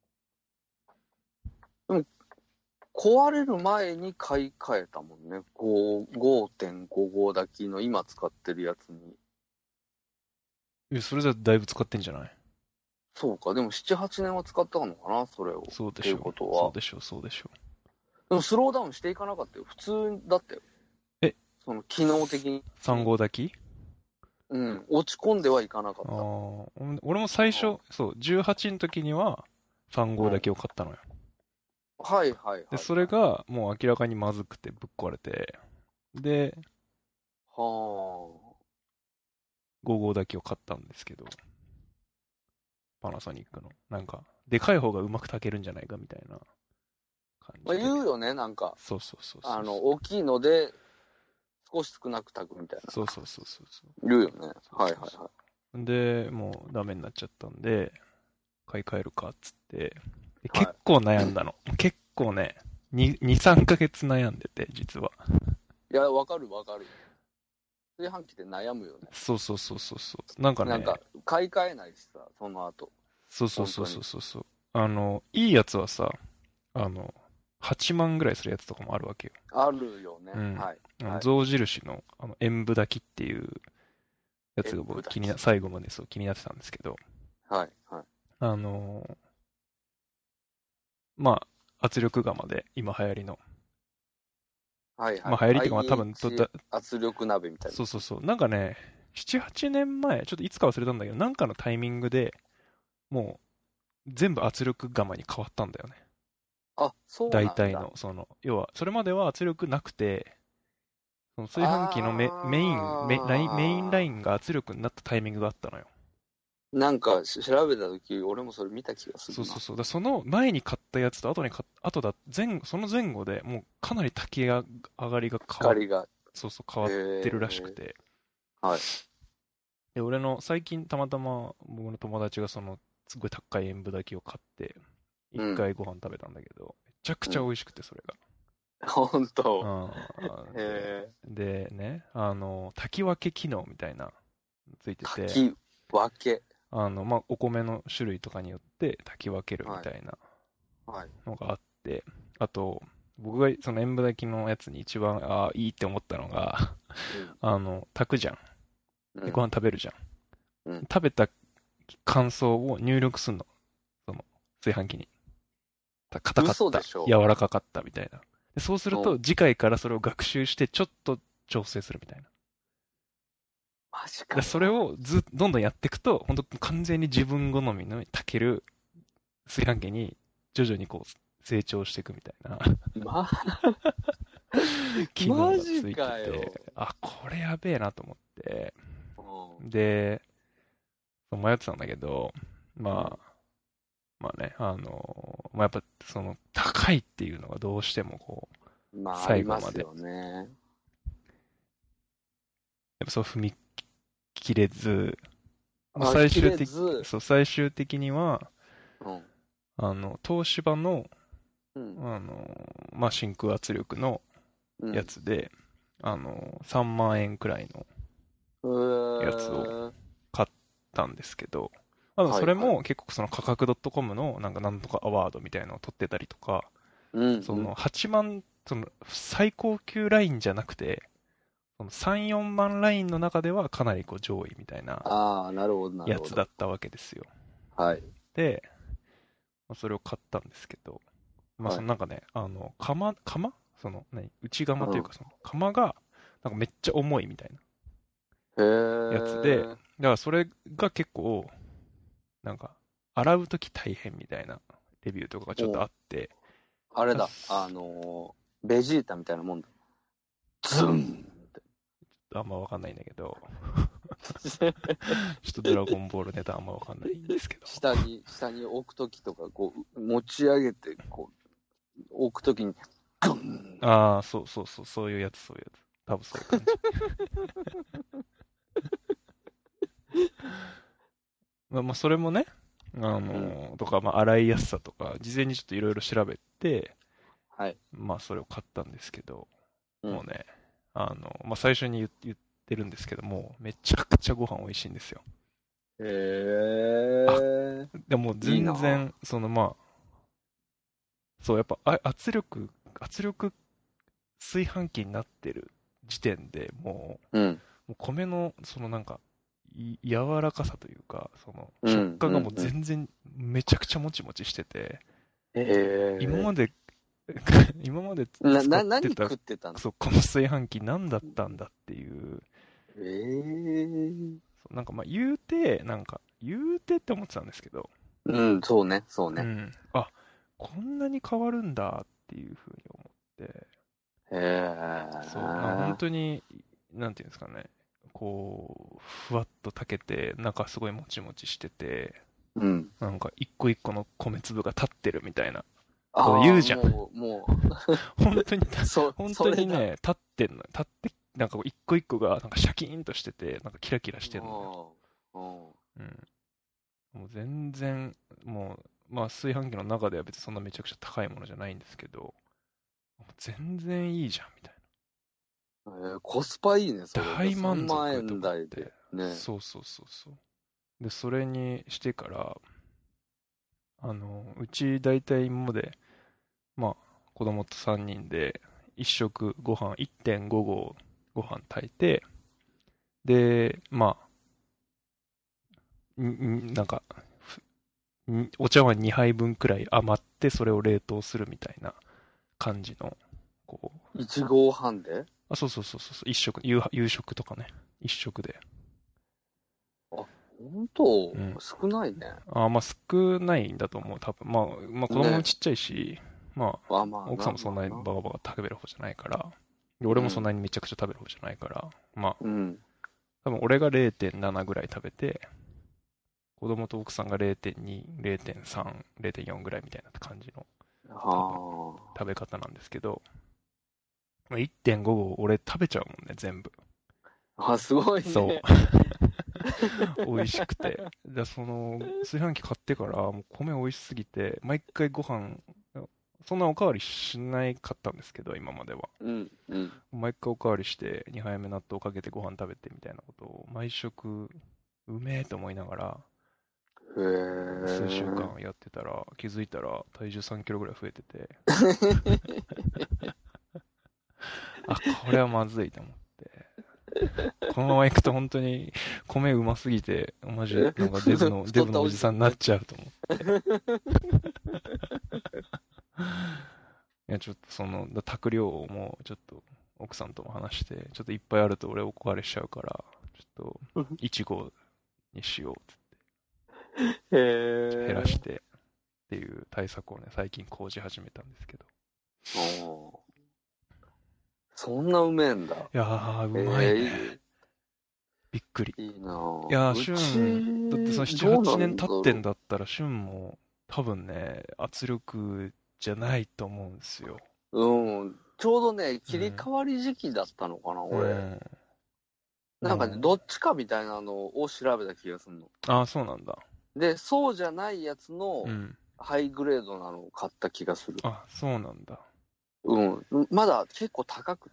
壊れる前に買い替えたもんね。ご ごてんご 号炊きの今使ってるやつに。 え、それじゃだいぶ使ってんじゃない？ そうか、でもなな、はちねんは使ったのかな、それを。 そうでしょう。 っていうことは。 そうでしょう、そうでしょでもスローダウンしていかなかったよ。普通だったよ。 えその機能的に。 う。さん号炊き？ うん。落ち込んではいかなかっああた。 ー、俺も最初、そう、じゅうはちの時にはさん号炊きを買ったのよ。 はいはいはい。 で、それがもう明らかにまずくてぶっ壊れて、で、 はあ。 ご号炊きを買ったんですけど、パナソニックの。なんか、でかい方がうまく炊けるんじゃないかみたいな感じまあ、 で。 言うよね、なんか。 そうそうそうそう。 あの、大きいので、少し少なく炊くみたいな。 そうそうそうそうそう。 言うよね。はいはいはで、もうダメになっちゃったんで、買い替えるかっつって、ではい結構悩んだの。結構ね、に、に、さんかげつ悩んでて、実は。 い。いや、わかるわかる。炊飯器って悩むよね。 そうそうそうそうそう。なんかね、 なんか、買い替えないしさ、その後。 そうそうそうそうそうそう。あの、いいやつはさ、あの、はちまんぐらいするやつとかもあるわけよ。 あるよね。 うんはい。 あのはい象印の、あの、演舞炊きっていうやつが僕気にな、最後までそう気になってたんですけど、 はいはい。 あのーまあ、圧力釜で、今流行りの。 はいはい。 まあ流行りっていうかまあ多分アイエイチとだ圧力鍋みたいな。 そうそうそう。なんかね、なな、はちねんまえ、ちょっといつか忘れたんだけど、なんかのタイミングでもう全部圧力釜に変わったんだよね。 あ、そうなんだ。 大体の、その、要は、それまでは圧力なくて、その炊飯器のメメインメライン、メインラインが圧力になったタイミングがあったのよ。 なんかし調べたとき、俺もそれ見た気がするな。 そうそうそう。だその前に買ったやつと後に買っ後だ、前、その前後でもうかなり炊き上がりが変わっ、 光が。 そうそう変わってるらしくて。 はい。 で、俺の最近たまたま僕の友達がそのすごい高い塩分炊きを買って、一回ご飯食べたんだけど、めちゃくちゃ美味しくて、それが。 ほんと。 うんへでね、あの、炊き分け機能みたいな、ついてて、 炊き分け。 あの、まあ、お米の種類とかによって炊き分けるみたいなはい。 のがあって、あと、僕がその塩分炊きのやつに一番、ああ、いいって思ったのが、あの、炊くじゃん。 うん。 でご飯食べるじゃん。 うん食べた感想を入力すんの。その、炊飯器に。た硬かった。 嘘でしょ柔らかかったみたいな。でそうすると、 うん次回からそれを学習して、ちょっと調整するみたいな。 マジかよ。 でそれをずどんどんやっていくと、本当完全に自分好みの炊ける炊飯器に徐々にこう成長していくみたいなま、 機能がついてマジかよて、あ、これやべえなと思って、 うんで、迷ってたんだけど、まあ、 まあね、あの、まあ、やっぱその高いっていうのがどうしてもこう、 まあ、あ最ります後まで、 よね。 やっぱそう踏み切れず、まあ、 あ、切最終的、 れず、 そう、最終的には、 うん。 あの、東芝の、 うん。 あの、まあ、真空圧力のうん。 やつで、あの、さんまん円くらいのうやつをー買ったんですけど、まあ、それはいはい。 も結構その価格 .com のなんかなんとかアワードみたいなのを取ってたりとか、 うんうん。 そのはちまん、その最高級ラインじゃなくて、そのさん、よんまんラインの中ではかなりこう上位みたいなああ、なるほど、なるやほど。 つだったわけですよ。 はい。 で、まあそれを買ったんですけど、まあはい。 そのなんかね、あの、釜、釜その、何内釜といううん。 かその、釜が、なんかめっちゃ重いみたいなへやつで、だえ。 からそれが結構、なんか、洗うとき大変みたいなレビューとかがちょっとあもう、 って、 あれだ。ああのー、ベジータみたいなもんだ。ズンあんまわかんないんだけど、ちょっとドラゴンボールネタあんまわかんないんですけど。 下に、下に置くときとか、こう、持ち上げて、こう、置くときに、グンああ、そうそうそう、そういうやつ、そういうやつ。多分そういう感じ。まあ、まあ、それもね、あのーとか、まあ、洗いやすさとか、事前にちょっといろいろ調べて、 はい。 まあ、それを買ったんですけど、 うんもうね、あの、まあ、最初に言言ってるんですけども、めちゃくちゃご飯美味しいんですよ。 へえ。 でもいいな全然、そのまあ、そう、やっぱあ圧力、圧力炊飯器になってる時点でもうん。 う、もう米の、そのなんか、い柔らかさというか、そのうん食感がもううんうん全然めちゃくちゃもちもちしてて、 へえ。 今まで、今までな、 使な、何ってた、 食ってたの？ そう、この炊飯器何だったんだっていう、 へえ。 そうなんかまあ言うて、なんか、言うてって思ってたんですけど、 うん、そうね、そうね。 うん、あ、こんなに変わるんだっていうふうに思って、 へえ。 そう、なんか本当に、なんていうんですかね、こう、ふわっと炊けて、中すごいもちもちしてて、 うん。 なんか一個一個の米粒が立ってるみたいな、こうああ、 言うじゃん。 もう、も本当にた、 う、そ、 本それだ。 当にね、立ってんのよ。立って、なんかこう一個一個がなんかシャキーンとしてて、なんかキラキラしてんのよ。 うんうんうん。もう全然、もう、まあ炊飯器の中では別にそんなめちゃくちゃ高いものじゃないんですけど、全然いいじゃん、みたいえーコスパいいね、そな。 れ。 大 3 満足万円と思って。 台で。ね。 そうそうそうそう。で、それにしてから、あの、うち大体今まで、まあ、子供とさんにんで、一食ご飯、いってんご合ご飯炊いて、で、まあ、んんなんか、ふんお茶碗にはいぶんくらい余って、それを冷凍するみたいな感じの、こう、 いち合半で？ あ、そうそうそうそう、一食、夕夕食とかね、一食で。 あ、本当、 うん少ないね。 あ、まあ少ないんだと思う、多分。まあ、まあ子供もね。 ちっちゃいし、まあ、 あ、まあ奥さんもそんなにまあバカバカ食べる方じゃないから、で俺もそんなにめちゃくちゃ食べる方じゃないから、まあ、 うん。 多分俺が れいてんなな ぐらい食べて、子供と奥さんが れいてんに、れいてんさん、れいてんよん ぐらいみたいな感じのは食べ方なんですけど、まあいってんご合俺食べちゃうもんね、全部。 あ。あ、すごいね。 そう。美味しくて。で、その、炊飯器買ってから、もう米美味しすぎて、毎回ご飯、そんなおかわりしないかったんですけど、今までは。 うん、うん。 毎回おかわりして、にはいめ納豆かけてご飯食べてみたいなことを、毎食、うめえと思いながら、 へえ。 数週間やってたら、気づいたら体重さんキロぐらい増えてて、あ、これはまずいと思って。このままいくと本当に米うますぎて、マジ、なんかデブの、デブのおじさんになっちゃうと思って。いや、ちょっとその、炊く量をもうちょっと奥さんとも話して、ちょっといっぱいあると俺おかわりしちゃうから、ちょっといち合にしようっつってへえ。 減らしてっていう対策をね、最近講じ始めたんですけど。 おーそんなうめえんだ。 いやー、うまいね。 えーびっくり。 いいいなぁ。 いやー、 うち旬、だってそのなな、はちねん経ってんだったら、旬も多分ね、圧力じゃないと思うんですよ。 うん。ちょうどね、切り替わり時期だったのかな、俺。 うん。 なんかね、 うんどっちかみたいなのを調べた気がするの。 ああ、そうなんだ。 で、そうじゃないやつのうん。 ハイグレードなのを買った気がする。 あ、そうなんだ。 うん。まだ結構高くって、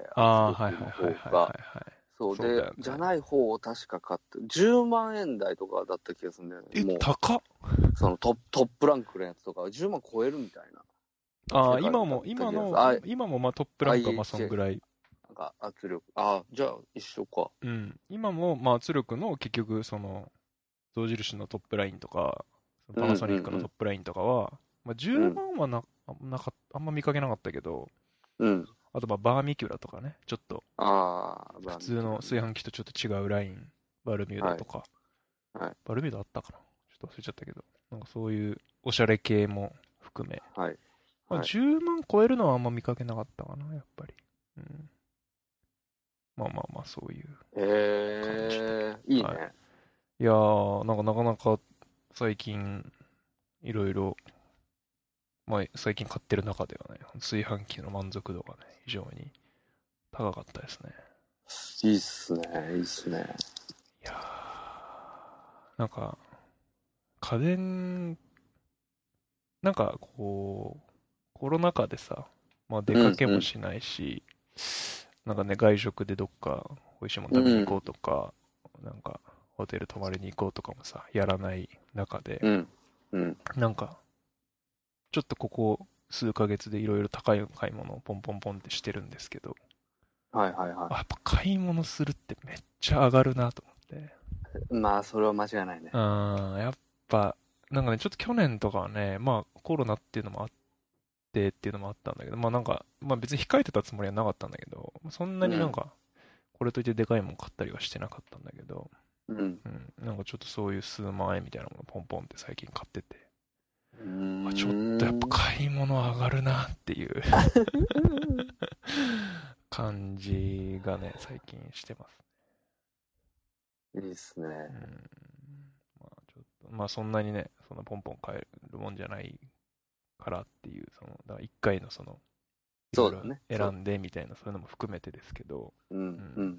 ああ、 圧はいはい力の方はいはいが。 はいはい。 そうでそうだよねじゃない方を確か買って、じゅうまんえん台とかだった気がするんだよね。 え、 もう、 高っ。 そのトップトップランクのやつとか、じゅうまん超えるみたいな。 ああ、 世界で今も、 買った気がする今の、 あ今もまあトップランクはまあそんぐらい。 なんか圧力。あ、じゃあ一緒か。 うん。今もまあ圧力の結局その、象印のトップラインとか、パナソニックのトップラインとかは、まあじゅうまんはな、なかあんま見かけなかったけど、 うん。 あとまあバーミキュラとかね、ちょっとああ、 普通の炊飯器とちょっと違うライン、バルミューダとか、 はいはいバルミューダあったかなちょっと忘れちゃったけど、なんかそういうおしゃれ系も含め、 はい。 まあ、 はいじゅうまん超えるのはあんま見かけなかったかな、やっぱり。うん、まあまあまあ、そういう。 へえ、いいね。 はいいやー、なんかなかなか最近、いろいろ、まあ最近買ってる中ではね、炊飯器の満足度がね、非常に高かったですね。 いいっすね、いいっすね。 いやー、なんか、家電、なんかこう、コロナ禍でさ、まあ出かけもしないし、なんかね、外食でどっか美味しいもの食べに行こうとか、なんかホテル泊まりに行こうとかもさ、やらない中で、 うん。うん。 なんか、ちょっとここ数ヶ月でいろいろ高い買い物をポンポンポンってしてるんですけど、 はいはいはあ、やっぱ買い物するってめっちゃ上がるなと思って。 い。まあ、それは間違いないね。 うん、やっぱ、なんかね、ちょっと去年とかはね、まあコロナっていうのもあってっていうのもあったんだけど、まあなんか、まあ別に控えてたつもりはなかったんだけど、そんなになんか、これといってでかいもん買ったりはしてなかったんだけど、 うん。 うん、なんかちょっとそういう数万円みたいなものポンポンって最近買ってて、 うーあんちょっとやっぱ買い物上がるなっていう感じがね、最近してます。 いいっすね。 うん。まあちょっと、まあそんなにね、そんなポンポン買えるもんじゃないからっていう、その、だから一回のその、いろいろそうだね選んでみたいな、そういうのも含めてですけど、 うん。うん。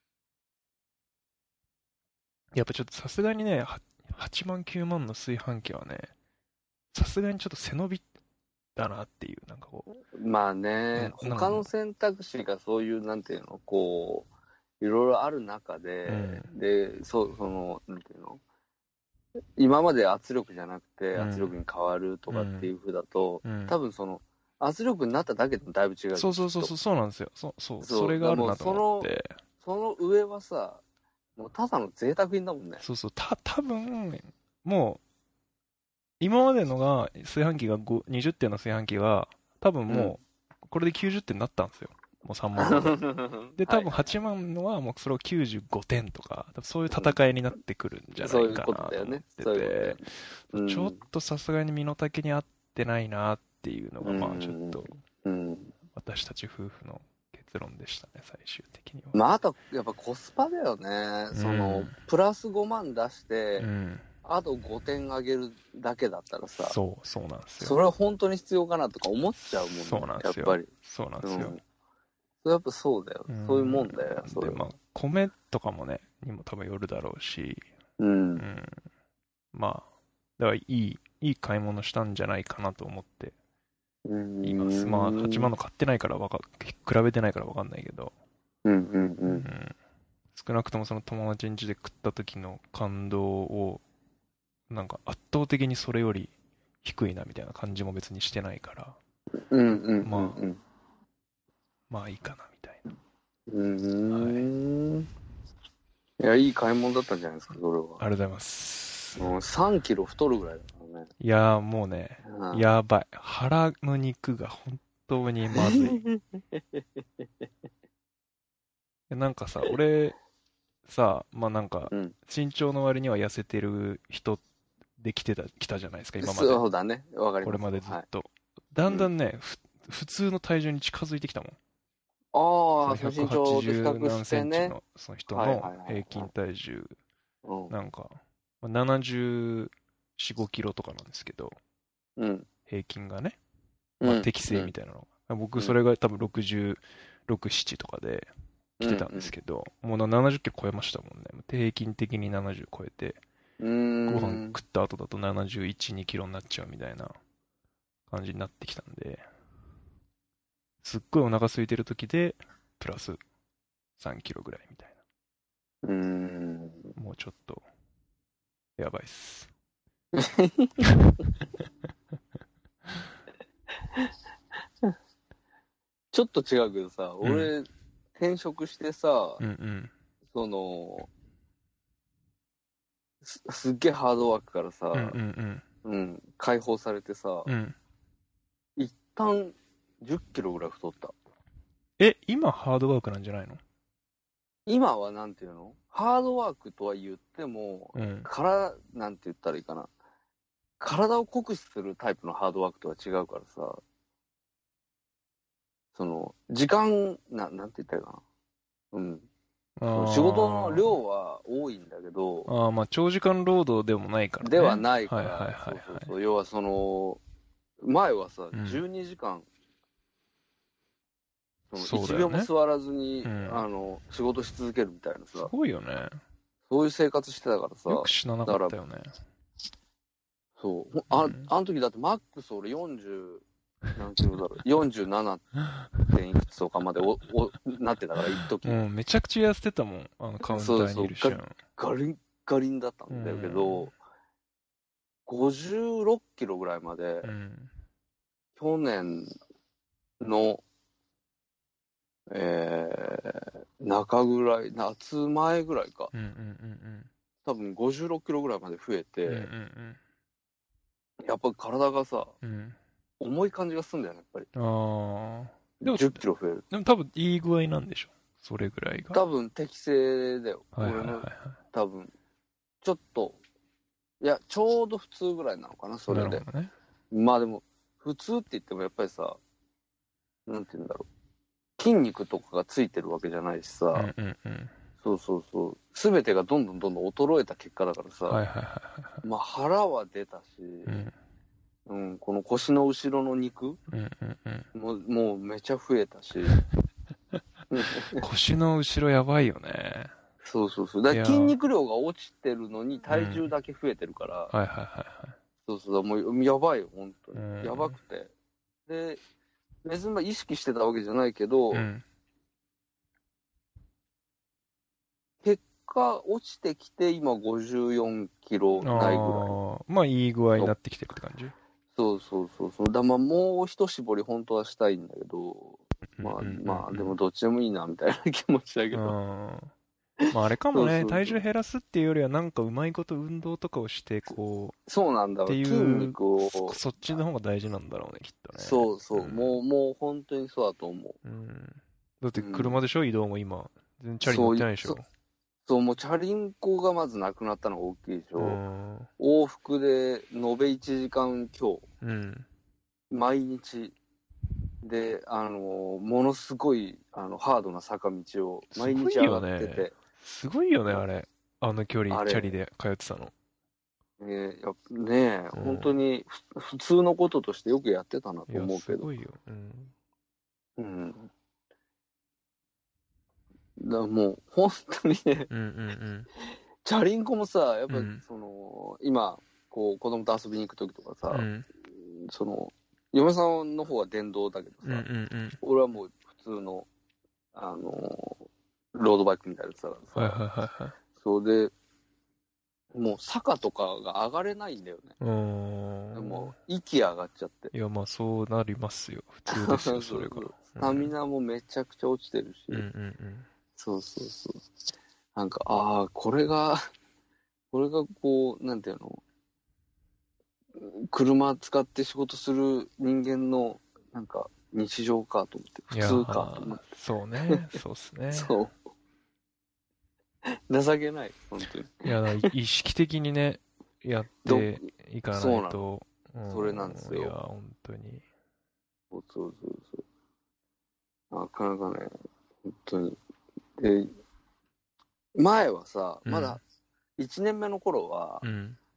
やっぱちょっとさすがにね、ははちまんきゅうまんの炊飯器はね、さすがにちょっと背伸びだなっていう、なんかこう。 まあね、 うん他の選択肢がそういう、なんていうの、こう、いろいろある中で、 うんで、そう、その、なんていうの、今まで圧力じゃなくてうん圧力に変わるとかっていう風だと、 うん多分その、圧力になっただけでもだいぶ違う。 そうそうそうそう、 う。 そうなんですよ。そう、そう、 そうそれがあるなと思って。 その上はさ、もうただの贅沢品だもんね。 そうそう、た、多分もう、今までのが、炊飯器がごにじゅってんの炊飯器が、多分もう、これできゅうじゅってんになったんですよ。もうさんまんので。で、多分はちまんのはもうそれをきゅうじゅうごてんとか、多分そういう戦いになってくるんじゃないかなと思ってて、 そういうことだよねそういうことだよねうんちょっとさすがに身の丈に合ってないなっていうのが、まあうんちょっと、 うん。 私たち夫婦の結論でしたね、最終的には。 まあ、あと、やっぱコスパだよね。その、プラスごまん出して、 うん。 あとごてん上げるだけだったらさ、 そう、そうなんですよ。 それは本当に必要かなとか思っちゃうもんね。 そうなんですよ。 やっぱり。 そうなんですよ。 うんそれやっぱそうだよ。 んそういうもんだよ、それで、まあは。、 米とかもね、にも多分よるだろうし、 うんう。ん。まあ、だからいい、いい買い物したんじゃないかなと思っています。まあ、はちまんの買ってないからわか、比べてないからわかんないけど、 うんうんう。 うんん。少なくともその友達ん家で食った時の感動を、なんか圧倒的にそれより低いなみたいな感じも別にしてないから、 うんうんうんうん。 まあまあいいかなみたいな。 うーん。いや、いい買い物だったんじゃないですか、それは。 ありがとうございます。 うん、さんキロ太るぐらいだからね。 いやーもうね、 うんやばい。腹の肉が本当にまずい。なんかさ、俺、さ、まあなんかう、ん。 身長の割には痩せてる人で来てた、来たじゃないですか、今まで。 そうだね。わかります。 これまでずはいっと。だんだんね、ふ普通の体重に近づいてきたもん。 ああ、 その身長と比ひゃくはちじゅう較してね。 何センチのその人のはいはいはいはい平均体重、 うん。 なんか、まあななじゅうよん、ごキロとかなんですけど、 うん。 平均がね、まあ、適正みたいなのが。僕、それが多分ろくじゅうろく、ななとかで来てたんですけど、もうななじゅっキロ超えましたもんね。平均的にななじゅう超えて、 うーん。 ご飯食った後だとななじゅういち、にキロになっちゃうみたいな感じになってきたんで、すっごいお腹空いてる時で、プラスさんキロぐらいみたいうーん。 な。もうちょっと、やばいっす。 ちょっと違うけどさ、 うん俺、転職してさ、 うんうん。 その、す、すっげえハードワークからさ、 うんうんうん、解放されてさ、 うん。うん。 一旦じゅっキロぐらい太った。 え、今ハードワークなんじゃないの？ 今はなんていうの？ハードワークとは言っても、 うん。 から、なんて言ったらいいかな。体を酷使するタイプのハードワークとは違うからさ、その、時間、な、なんて言ったらいいかな。うん。その仕事の量は多いんだけど、 ああ、まあ長時間労働でもないからね。 ではないから、 はいはいはいそうはい。 そうそう。要はその、前はさ、 うんじゅうにじかん、その1 そうだよね秒も座らずに、 うんあの、仕事し続けるみたいなすさ、 ごいよね。 そういう生活してたからさ、 よく死ななかったよね。 そう。ほあ、 うんあの時だってマックス俺よんじゅう、何キロだろう、よんじゅうなな. 点いくつとかまでお、お、なってたから、一時、 うん、めちゃくちゃ痩せてたもん。あのカウンターにいる瞬。 ガリンガリンだったんだけど、 うんごじゅうろっキロぐらいまで、 うん。 去年の、えー、中ぐらい、夏前ぐらいか。 うんうんうん多分ごじゅうろっキロぐらいまで増えて、 うん。うんうんやっぱり体がさ、 うん。うん。 重い感じがするんだよね、やっぱり。 ああ。でもじゅっキロ増える。 でも多分いい具合なんでしょ。それぐらいが。 多分適正だよ。 はいはいはいはい。 俺の多分、ちょっと、いや、ちょうど普通ぐらいなのかな、それでなる。ほどね。 まあでも、普通って言ってもやっぱりさ、なんて言うんだろう。筋肉とかがついてるわけじゃないしさ、 うんうんうん。 そうそうそう。すべてがどんどんどんどん衰えた結果だからさ、 はいはいはいはい。 まあ腹は出たし、 うんうん、この腰の後ろの肉うんうんうん。 ももうめちゃ増えたし、 腰の後ろやばいよね。 そうそうそう。だからいや筋肉量が落ちてるのに体重だけ増えてるから、 はいはいはいはい。 そうそう、もうやばいよ、本当に。 うんやばくて。で、別にまあ意識してたわけじゃないけど、 うん。 結果落ちてきて今ごじゅうよんキロないぐらい。 ああ、まあいい具合になってきてるって感じ。 そうそうそうそう。だまあもう一絞り本当はしたいんだけど、まあうんうんうんうんまあでもどっちでもいいなみたいな気持ちだけど。 うん。まああれかもね、 そうそうそう体重減らすっていうよりはなんかうまいこと運動とかをして、こそうなんだわ。筋っていう肉をう、。そっちの方が大事なんだろうね、きっとね。 そうそう。 んもう、もう本当にそうだと思う。 うん。だって車でしょ、移動も今。全然チャリ乗ってないでしょ。 そうそう、もうチャリンコがまずなくなったのが大きいでしょ。 うん。 往復で延べいちじかん強、 うん。 毎日。で、あの、ものすごい、あの、ハードな坂道を毎日上がってて。 すごいよね、あれ。あの距離、 あれチャリで通ってたの。 ねえ、やっぱねえ、 うん本当にふ普通のこととしてよくやってたなといや、 思うけど。 すごいよ。うん。 うん。だからもう、本当にね、 うんうんチャリンコもさ、やっぱうんその、今、こう、子供と遊びに行くときとかさ、 うん。うん。 その、嫁さんの方は電動だけどさ、 うんうんうん。 俺はもう普通の、あのロードバイクみたいなやつだからさ、 はいはいはいはい。 そうで、もう坂とかが上がれないんだよね。 うーん。 でも、息上がっちゃって。 いや、まあそうなりますよ。普通ですよ、それが。 うスタミナもめちゃくちゃ落ちてるし、 うんうんうん。 そうそうそう。なんか、ああ、これが、これがこう、なんていうの、車使って仕事する人間の、なんか、日常かと思って、普通かと思って。 そうね、そうっすね。 そう。情けない、本当に。 いや、意識的にね、やっていかないと。 うん、それなんですよ。 いや、本当に。 そうそうそうそう。なかなかね、本当に。で、前はさ、まだいちねんめの頃は、 うん、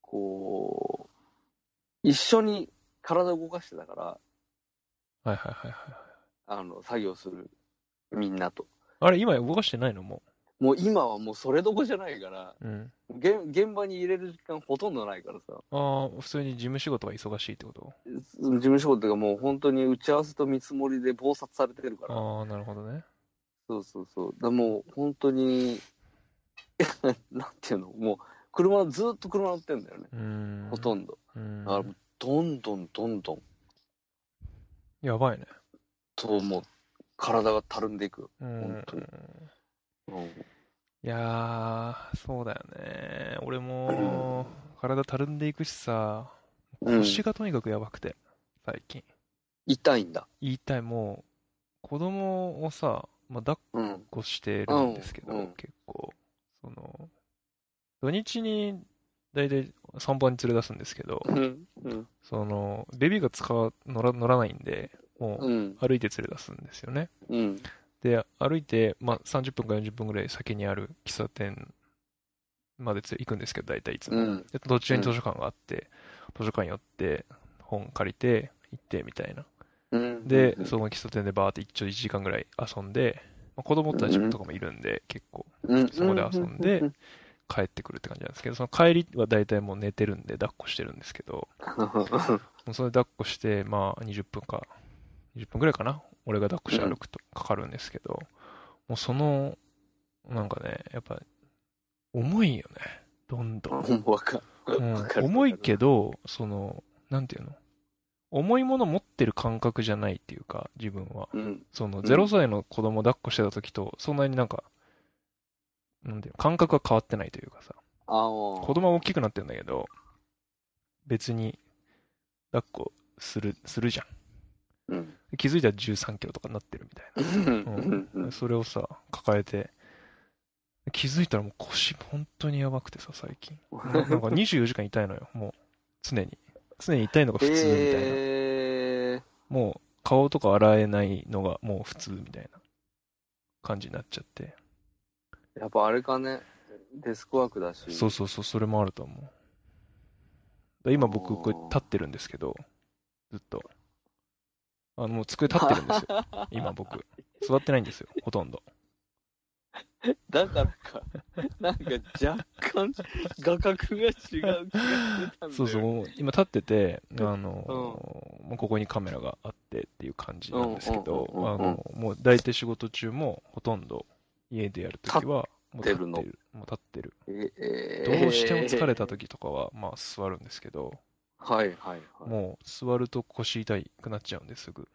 こう、一緒に体を動かしてたから、 はいはいはいはい。 あの、作業する、みんなと。 あれ、今動かしてないのももう今はもうそれどころじゃないから、 う。うん。 現現場に入れる時間ほとんどないからさ、 ああ、普通に事務仕事が忙しいってこと？ 事務仕事がもう本当に打ち合わせと見積もりで忙殺されてるから、 ああ、なるほどね。 そうそうそう。だもう本当に、なんていうの、もう車、ずっと車乗ってんだよね。 うーん。 ほとんど。 うーん。 だからどんどんどんどん、 やばいね。 ともう体がたるんでいくよ。 うーん本当に。うん、 いやー、そうだよね。俺も、体たるんでいくしさ、 うん腰がとにかくやばくて、最近。 痛いんだ。 言いたい、もう、子供をさ、まあ、抱っうん。 こしてるんですけど、 うんうん結構、その、土日に、だいたい散歩に連れ出すんですけど、 うん。うん。 その、ベビーが使わ、乗ら、乗らないんで、もう。 うん歩いて連れ出すんですよね。 うん。 で、歩いて、まあ、さんじゅっぷんかよんじゅっぷんぐらい先にある喫茶店までつ行くんですけど、大体いつも。 うん。 で、途中に図書館があって、図書館寄って、本借りて、行って、みたいな。 うん。 で、 うんその喫茶店でバーって一応いちじかんぐらい遊んで、まあ、子供たちとかもいるんで、結構、 うん。 そこで遊んで、帰ってくるって感じなんですけど、その帰りは大体もう寝てるんで、抱っこしてるんですけど、もうそれ抱っこして、まあ、にじゅっぷんか、にじゅっぷんぐらいかな、俺が抱っこして歩くとかかるんですけど、もうその、なんかね、やっぱ、重いよね。どんどん。 うん。わかる。 うんわかる重いけど、その、なんていうの重いもの持ってる感覚じゃないっていうか、自分は。 うん。 その、 んゼロさいの子供抱っこしてた時と、そんなになんか、なんていうの感覚は変わってないというかさ。 ああ。 子供は大きくなってるんだけど、別に、抱っこする、するじゃん。 うん。 気づいたらじゅうさんキロとかになってるみたいな。 うん。 うん、それをさ、抱えて、気づいたらもう腰本当にやばくてさ、最近。ななんかにじゅうよじかん痛いのよ、もう。常に。常に痛いのが普通みたいな。 えもう顔とか洗えないのがもう普通みたいな感じになっちゃって。 ー、やっぱあれかね、デスクワークだし。 そうそうそう、それもあると思う。だ今僕、これ立ってるんですけど、ずっと。あの、もう机立ってるんですよ。今僕。座ってないんですよ、ほとんど。 だからか、なんか若干画角が違う気がしてたんだよ。 そうそう、もう今立ってて、あの、 うんもうここにカメラがあってっていう感じなんですけど、 うんうんうんうんあの、もう大体仕事中もほとんど家でやるときは、もう立ってる。もう立ってる。 えー、 どうしても疲れた時とかは、まあ座るんですけど、 はいはいはい。 もう座ると腰痛くなっちゃうんですぐ。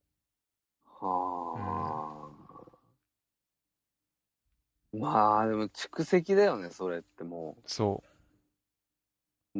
はあ、まあでも蓄積だよね、それってもそう。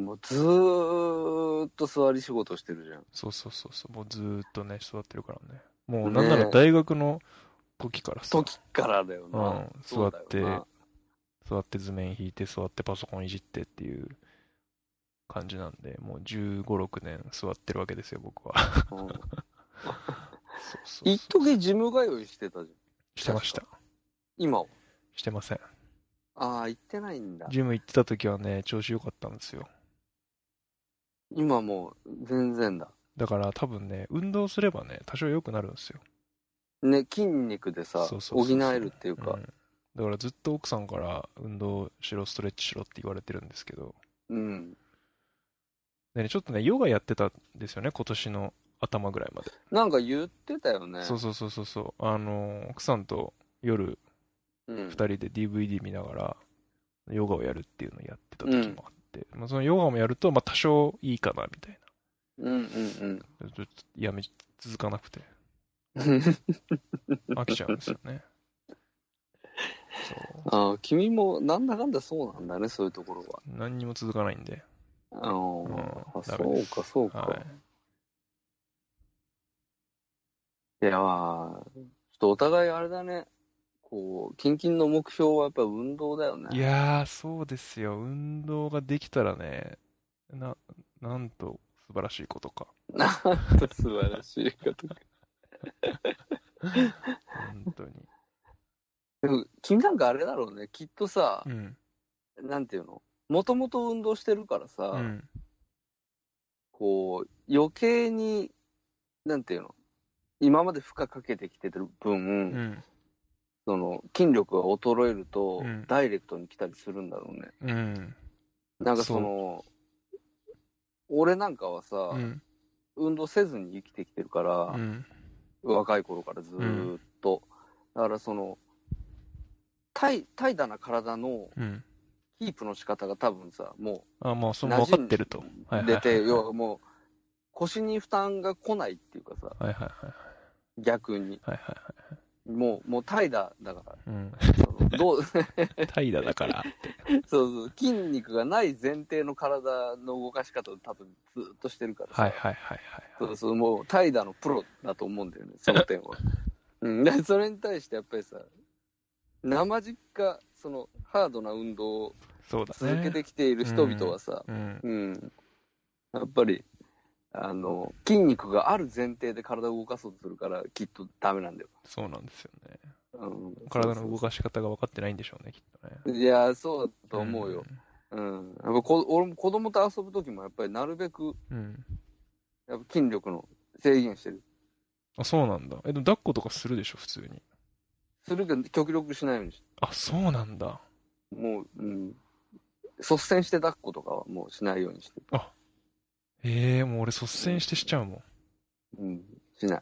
う。もうずーっと座り仕事してるじゃん。 そうそうそうそう。もうずーっとね、座ってるからね。もうなんなら大学の時からさ、 時からだよな。 うん、座そうだよってな、 座って図面引いて、座ってパソコンいじってっていう感じなんで、もうじゅうご、ろくねん座ってるわけですよ、僕は。 うん、 そうそうそう一時ジム通いしてたじゃん。 してました。 今はしてません。 ああ、行ってないんだ。 ジム行ってた時はね、調子良かったんですよ。 今もう全然だ。 だから多分ね、運動すればね、多少良くなるんですよ。 ね、筋肉でさ、 そうそうそうそう補えるっていうか、 うんだからずっと奥さんから運動しろ、ストレッチしろって言われてるんですけど、 うん。 でね、ちょっとね、ヨガやってたんですよね、今年の頭ぐらいまで。 なんか言ってたよね。 そうそうそうそうそう。あの、奥さんと夜うん二人で ディーブイディー 見ながらヨガをやるっていうのをやってた時もあって、まあ、そのヨガもやると、まあ多少いいかなみたいうんうんな。ちょっとやめ、続かなくてうん。 飽きちゃうんですよね。そう。 ああ、君もなんだかんだそうなんだね、そういうところは。 何にも続かないんで。 あうんあ、 ダそうメですかそうか。 はいい、やまあ、ちょっとお互いあれだね。こう、近々の目標はやっぱ運動だよね。 いやー、そうですよ。運動ができたらね、な、なんと素晴らしいことか。 なんと素晴らしいことか。 本当に。 でも、君なんかあれだろうね。きっとさう、ん。 なんていうのもともと運動してるからさ、 うん。 こう、余計に、なんていうの、今まで負荷かけてきてる分、 うん。 その、筋力が衰えると、 うんダイレクトに来たりするんだろうね。 うん。 なんかその、俺なんかはさ、 うん。 運動せずに生きてきてるから、 うん。 若い頃からずーっと。だからその、怠怠惰な体のうん。 キープの仕方が多分さ、もあ、もうそうの分かってると。はいはいはい出て、要はもう、腰に負担が来ないっていうかさ、 はいはいはい。 逆に。 はいはいはい。 もう、もう怠惰だから。 うん。 そのどう怠惰だから。 そうそう、筋肉がない前提の体の動かし方を多分ずーっとしてるからさ。 はいはいはいはい。 そうそう、もう怠惰のプロだと思うんだよね、その点は。うん、でそれに対してやっぱりさ、生実家、そのハードな運動をそうだね。 続けてきている人々はさ、 うん。 うん、やっぱり、あの、筋肉がある前提で体を動かそうとするから、きっとダメなんだよ。 そうなんですよね。 うん、 体の動かし方が分かってないんでしょうね、きっとね。 いや、そうだと思うよ。うん。やっぱこ俺も子供と遊ぶときも、やっぱりなるべく、 うん。 やっぱ筋力の制限してる。 あ、そうなんだ。え、でも抱っことかするでしょ、普通に。 するけど、極力しないようにしあ、そうなんだ。 もう、うん。率先して抱っことかはもうしないようにしてる。 あ、ええー、もう俺率先してしちゃうもん。 うん。しない。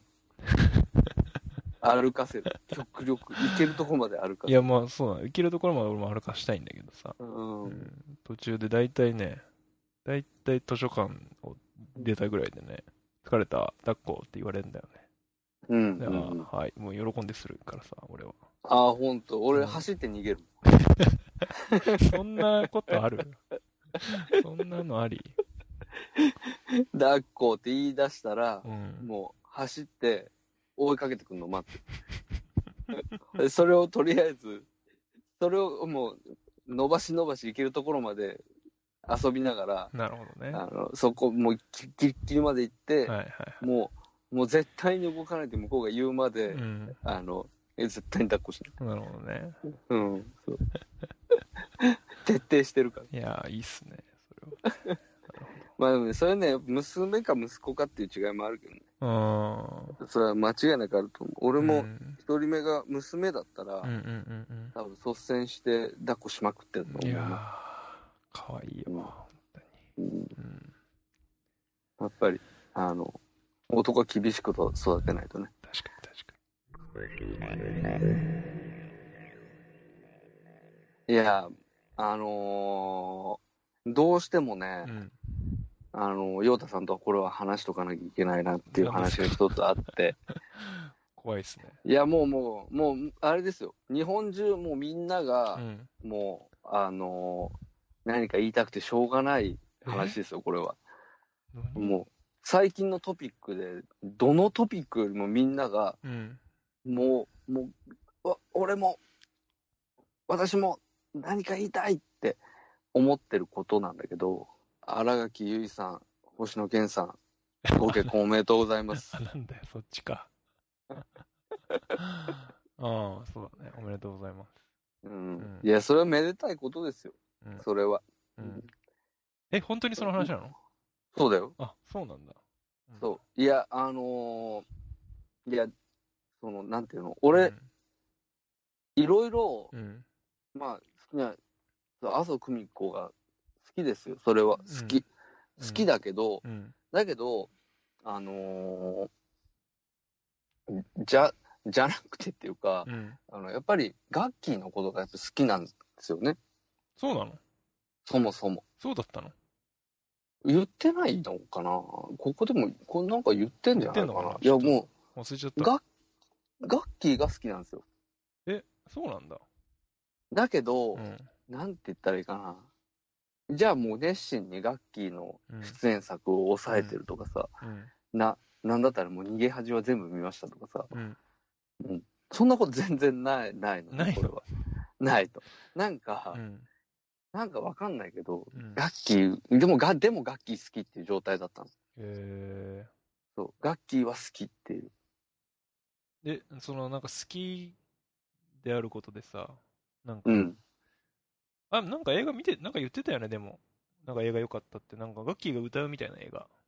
歩かせる。極力。行けるとこまで歩かせる。 いや、まあそうなの。行けるところまで俺も歩かしたいんだけどさ。 うん。 うん、途中で大体ね、大体図書館を出たぐらいでね、疲れた、抱っこって言われるんだよね。 うん。 で、 うん、 あはい、もう喜んでするからさ、俺は。 ああ、ほんと。俺、 うん走って逃げる。 そんなことあるそんなのあり抱っこって言い出したら、 うん。 もう走って追いかけてくるの待ってる。でそれをとりあえず、それをもう伸ばし伸ばし行けるところまで遊びながら、 なるほどね。はあのそこもうギリギリまで行って、 いはいはい。 もう、もう絶対に動かないで向こうが言うまで、 うん。 あの、え絶対に抱っこしない。 なるほどね。 うん、そう。徹底してるから。 いやー、いいっすね、それは。 まあでもね、それね、娘か息子かっていう違いもあるけどね。 あそれは間違いなくあると思う。俺ー。 もうん一人目が娘だったら、 うんうんうん多分率先して抱っこしまくってるとうん。い思うな。 やー、かわいいよ、 うん本当に。 うん、 うん。 やっぱり、あの、男は厳しくと育てないとね。 確かに確かいや、あのーどうしてもね、 に。うん。 あの、陽太さんとはこれは話しとかなきゃいけないなっていう話が一つあって、 怖いっすね。 いや、もうもう、もう、あれですよ。日本中もうみんなうが、 ん。 もう、あのー何か言いたくてしょうがない話ですよ、これは。 何もう、最近のトピックで、どのトピックよりもみんなが、 うん。 もう、もう、わ俺も、私も何か言いたいって思ってることなんだけど、新垣結衣さん、星野源さん、ご結婚おめでとうございますあ、。なんだよ、そっちか。ああ、そうだね。おめでとうございます。 うんうんいや、それはめでたいことですよ、 うん。 それは。 うん。え、本当にその話なの？ そうだよ。 あ、そうなんだ。うんそう。いや、あのーいや、その、なんていうの、 う俺、 んいろいろ、 うん。 まあ、好きな、麻生久美子が好きですよ、それは。好き。 うん好きだけど、 うん。 だけど、あのーじゃ、じゃなくてっていうか、 うん。あ、 あの、やっぱり、ガッキーのことがやっぱ好きなんですよね。 そうなの？ そもそも。 そうだったの？ 言ってないのかなここでも、これなんか言ってんじゃないか言ってんのかないいや、も忘れちゃっう、 た。 ガッ、ガッキーが好きなんですよ。 え、そうなんだ。 だけど、 うん。 なんて言ったらいいかな。じゃあもう熱心にガッキーの出演作を抑えてるとかさ、 うん。 な、なんだったらもう逃げ恥は全部見ましたとかさ、 うん。 そんなこと全然ない、ないのね、 ないのこれは。ないと。なんか、 うん。 なんかわかんないけど、 うん。 ガッキー、でもが、でもガッキー好きっていう状態だったの。 えそう、ガッキーは好きっていう。 ー、で、そのなんか好きであることでさ、なんか、 うん。 あ、なんか映画見て、なんか言ってたよね、でも。なんか映画良かったって、なんかガッキーが歌うみたいな映画。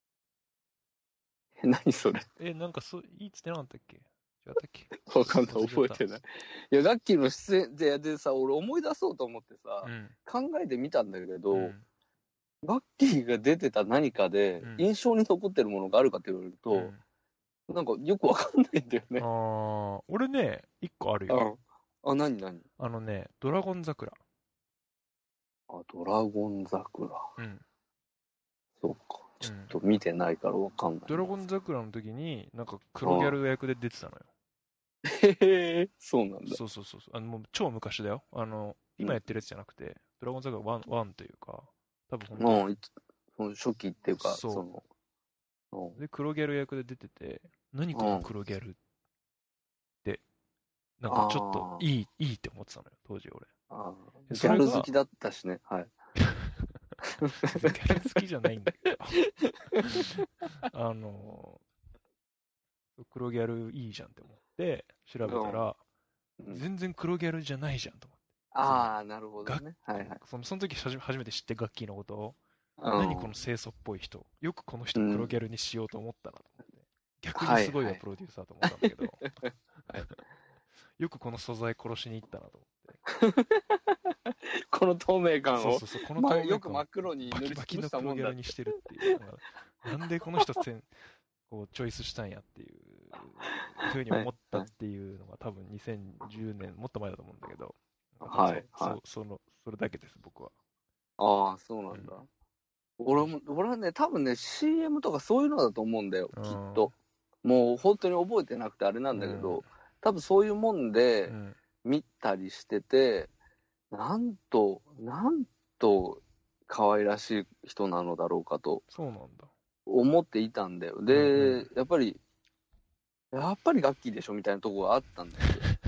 え、何それ。 え、なんかそう、いいっつってなかったっけ？違ったっけ？ わかんない、 忘れちゃった覚えてない。いや、ガッキーの出演で、でさ、俺思い出そうと思ってさ、 うん。 考えてみたんだけど、 うん。 ガッキーが出てた何かでうん印象に残ってるものがあるかって言われると、 うんなんかよくわかんないんだよね。 あー、俺ね、一個あるよ。 あ、あ、何何あのね、ドラゴン桜。 あ、ドラゴン桜。 うん。 そうか。ちうんょっと見てないからわかんない。 ドラゴン桜の時に、なんか黒ギャル役で出てたのよ。 へへそうなんだ。 そうそうそうそう。あの、もう超昔だよ。あの、今やってるやつじゃなくて、ドラゴン桜ワン、ワンというか、多分本当うん、いつその初期っていうか、 そうその、うんで、黒ギャル役で出てて、何この黒ギャルって、なんかちょっとあーいい、いいって思ってたのよ、当時俺。 あー、ギでそれがャル好きだったしね。はい。 ギャル好きじゃないんだけど。あの、黒ギャルいいじゃんって思って、調べたら、 うん全然黒ギャルじゃないじゃんと思って。 ああ、なるほどね。はいはい。 そのその時初め初めて知ってガッキーのことを、 うん何この清楚っぽい人、よくこの人黒ギャルにしようと思ったなと思って。逆にすごいわ、 はいはいプロデューサーと思ったんだけど、 はいよくこの素材殺しに行ったなと思って。 この透明感をそうそうそう、このまあ透明感をよく真っ黒に塗りつバキバキのぶしたもんだ黒ギャルにしてるっていう。なんでこの人せんこうチョイスしたんやっていうふうに思ったっていうのが多分にせんじゅうねん、もっと前だと思うんだけど、 はいそうはいそそのそれだけです、僕は。 ああ、そうなんだ。 うん俺も、俺はね、多分ね、シーエム とかそういうのだと思うんだよ、 うんきっと。もう本当に覚えてなくてあれなんだけど、多分そういうもんでうん見たりしてて、なんと、なんと可愛らしい人なのだろうかとそうなんだ。 思っていたんだよ。で、 うんうんやっぱり、やっぱりガッキーでしょみたいなところがあったんだよ。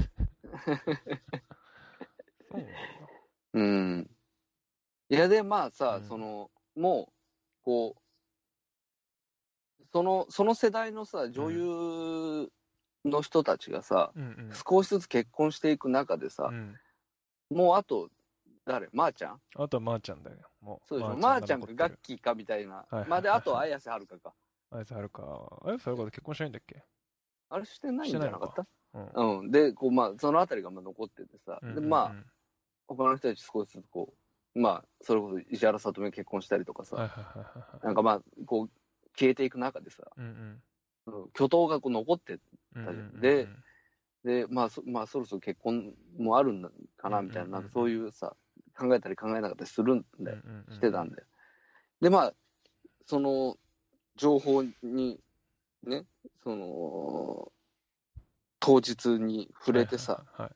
そうなんだ。 うん。いや、で、まあさ、 うんその、もう、こう、その、その世代のさ、女優の人たちがさ、 うんうん少しずつ結婚していく中でさう、ん。 もうあと、誰まー、ちゃんあとはまーちゃんだよ。もう。 そうでしょまー、ちゃんかがガッキーかみたいな。 はいはいはいはいまあで、あとは綾瀬はるかか。 あやさはるか。あやさはるかと結婚しないんだっけ？ あれしてないんじゃなかったうん。 うん。で、こう、まあ、そのあたりがまあ残っててさ、 うんうんうんで、まあ、他の人たち少しずつこう、まあ、それこそ石原さとみが結婚したりとかさ、 はいはいはいはい。 なんかまあ、こう、消えていく中でさ、 うんうん。 うん巨頭がこう残ってうんうんうんうんで、で、まあ、そまあ、そろそろ結婚もあるんだかな、みたいな、 うんうんうんなんかそういうさ、考えたり考えなかったりするんだよ、 うんうんうんしてたんだよ。で、まあ、その情報に、ね、その、当日に触れてさ、 はいはい